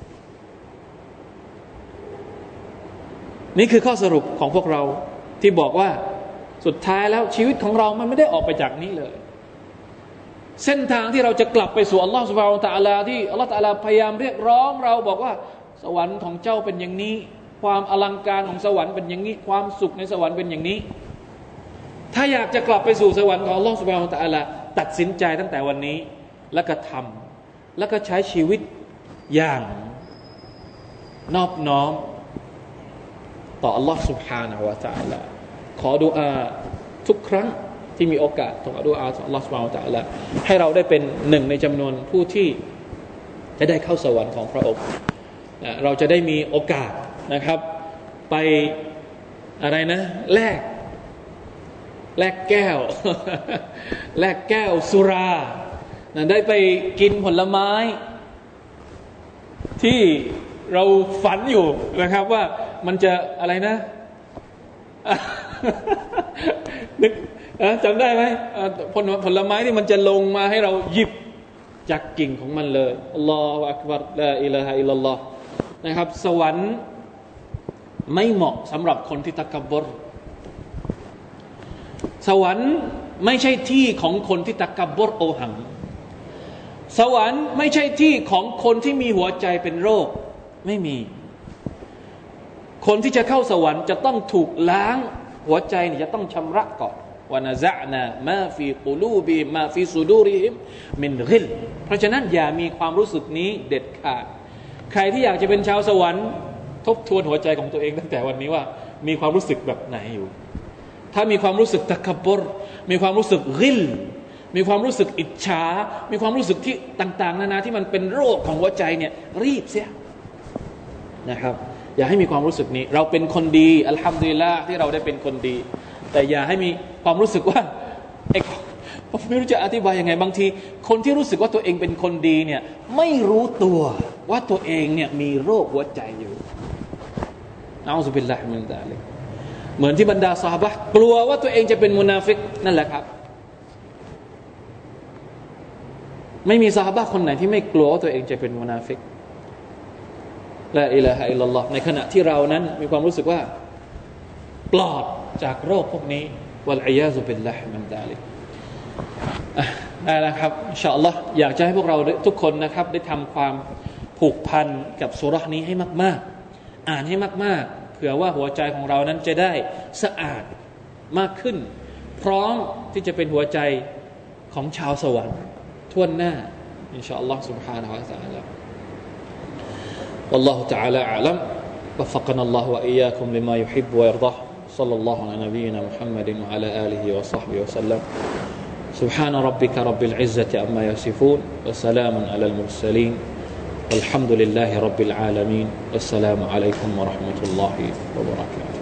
นี่คือข้อสรุปของพวกเราที่บอกว่าสุดท้ายแล้วชีวิตของเรามันไม่ได้ออกไปจากนี้เลยเส้นทางที่เราจะกลับไปสู่อัลลอฮฺซุบฮานะฮูวะตะอาลาที่อัลลอฮฺตะอาลาพยายามเรียกร้องเราบอกว่าสวรรค์ของเจ้าเป็นอย่างนี้ความอลังการของสวรรค์เป็นอย่างนี้ความสุขในสวรรค์เป็นอย่างนี้ถ้าอยากจะกลับไปสู่สวรรค์ของอัลลอฮฺซุบฮานะฮูวะตะอาลาตัดสินใจตั้งแต่วันนี้แล้วก็ทำแล้วก็ใช้ชีวิตอย่างนอบน้อมต่ออัลลอฮฺซุบฮานะฮูวะตะอาลาขอดุอาทุกครั้งที่มีโอกาสต้องขอดุอาต่ออัลลอฮฺซุบฮานะฮูวะตะอาลาให้เราได้เป็นหนึ่งในจำนวนผู้ที่จะได้เข้าสวรรค์ของพระองค์เราจะได้มีโอกาสนะครับไปอะไรนะแลกแลกแก้วแลกแก้วสุรานะได้ไปกินผลไม้ที่เราฝันอยู่นะครับว่ามันจะอะไรนะนึกจำได้ไหมผลผลไม้ที่มันจะลงมาให้เราหยิบจากกิ่งของมันเลยอัลลอฮฺอักบัรลาอิลาฮะอิลลัลลอฮ์นะครับสวรรค์ไม่เหมาะสำหรับคนที่ตักบรสวรรค์ไม่ใช่ที่ของคนที่ตักบรโอหังสวรรค์ไม่ใช่ที่ของคนที่มีหัวใจเป็นโรคไม่มีคนที่จะเข้าสวรรค์จะต้องถูกล้างหัวใจนี่จะต้องชำระก่อนวะนะซะนะมาฟีกุลูบิมาฟีซุดูริฮิมมินกิลเพราะฉะนั้นอย่ามีความรู้สึกนี้เด็ดขาดใครที่อยากจะเป็นชาวสวรรค์ทบทวนหัวใจของตัวเองตั้งแต่วันนี้ว่ามีความรู้สึกแบบไหนอยู่ถ้ามีความรู้สึกตักบรมีความรู้สึกกิลมีความรู้สึกอิจฉามีความรู้สึกที่ต่างๆนานาที่มันเป็นโรคของหัวใจเนี่ยรีบเสียนะครับอย่าให้มีความรู้สึกนี้เราเป็นคนดีอัลฮัมดุลิลละห์ที่เราได้เป็นคนดีแต่อย่าให้มีความรู้สึกว่าไอ้ผมไม่รู้จะอธิบายยังไงบางทีคนที่รู้สึกว่าตัวเองเป็นคนดีเนี่ยไม่รู้ตัวว่าตัวเองเนี่ยมีโรคหัวใจอยู่นะอูซุบิลลาฮิมินซาลิกเหมือนที่บรรดาซอฮาบะห์กลัวว่าตัวเองจะเป็นมุนาฟิกนั่นแหละครับไม่มีซอฮาบะห์คนไหนที่ไม่กลัวว่าตัวเองจะเป็นมุนาฟิกลาอิลาฮะอิลลัลลอฮ์ในขณะที่เรานั้นมีความรู้สึกว่าปลอดจากโรคพวกนี้วัลอียาซุบิลลาฮิมินซาลิกได้แล้วครับอินชาอัลลอฮ์อยากจะให้พวกเราทุกคนนะครับได้ทำความผูกพันกับซูเราะห์นี้ให้มากๆอ่านให้มากๆเผื่อว่าหัวใจของเรานั้นจะได้สะอาดมากขึ้นพร้อมที่จะเป็นหัวใจของชาวสวรรค์ทั่วหน้าอินชาอัลลอฮ์ سبحانه และ تعالى والله تعالى أعلم وفقنا الله وإياكم لما يحب ويرضاه صلى الله على نبينا محمد وعلى آله وصحبه وسلم سبحان ربك رب العزة عما يصفون وسلام على المرسلين والحمد لله رب العالمين والسلام عليكم ورحمة الله وبركاته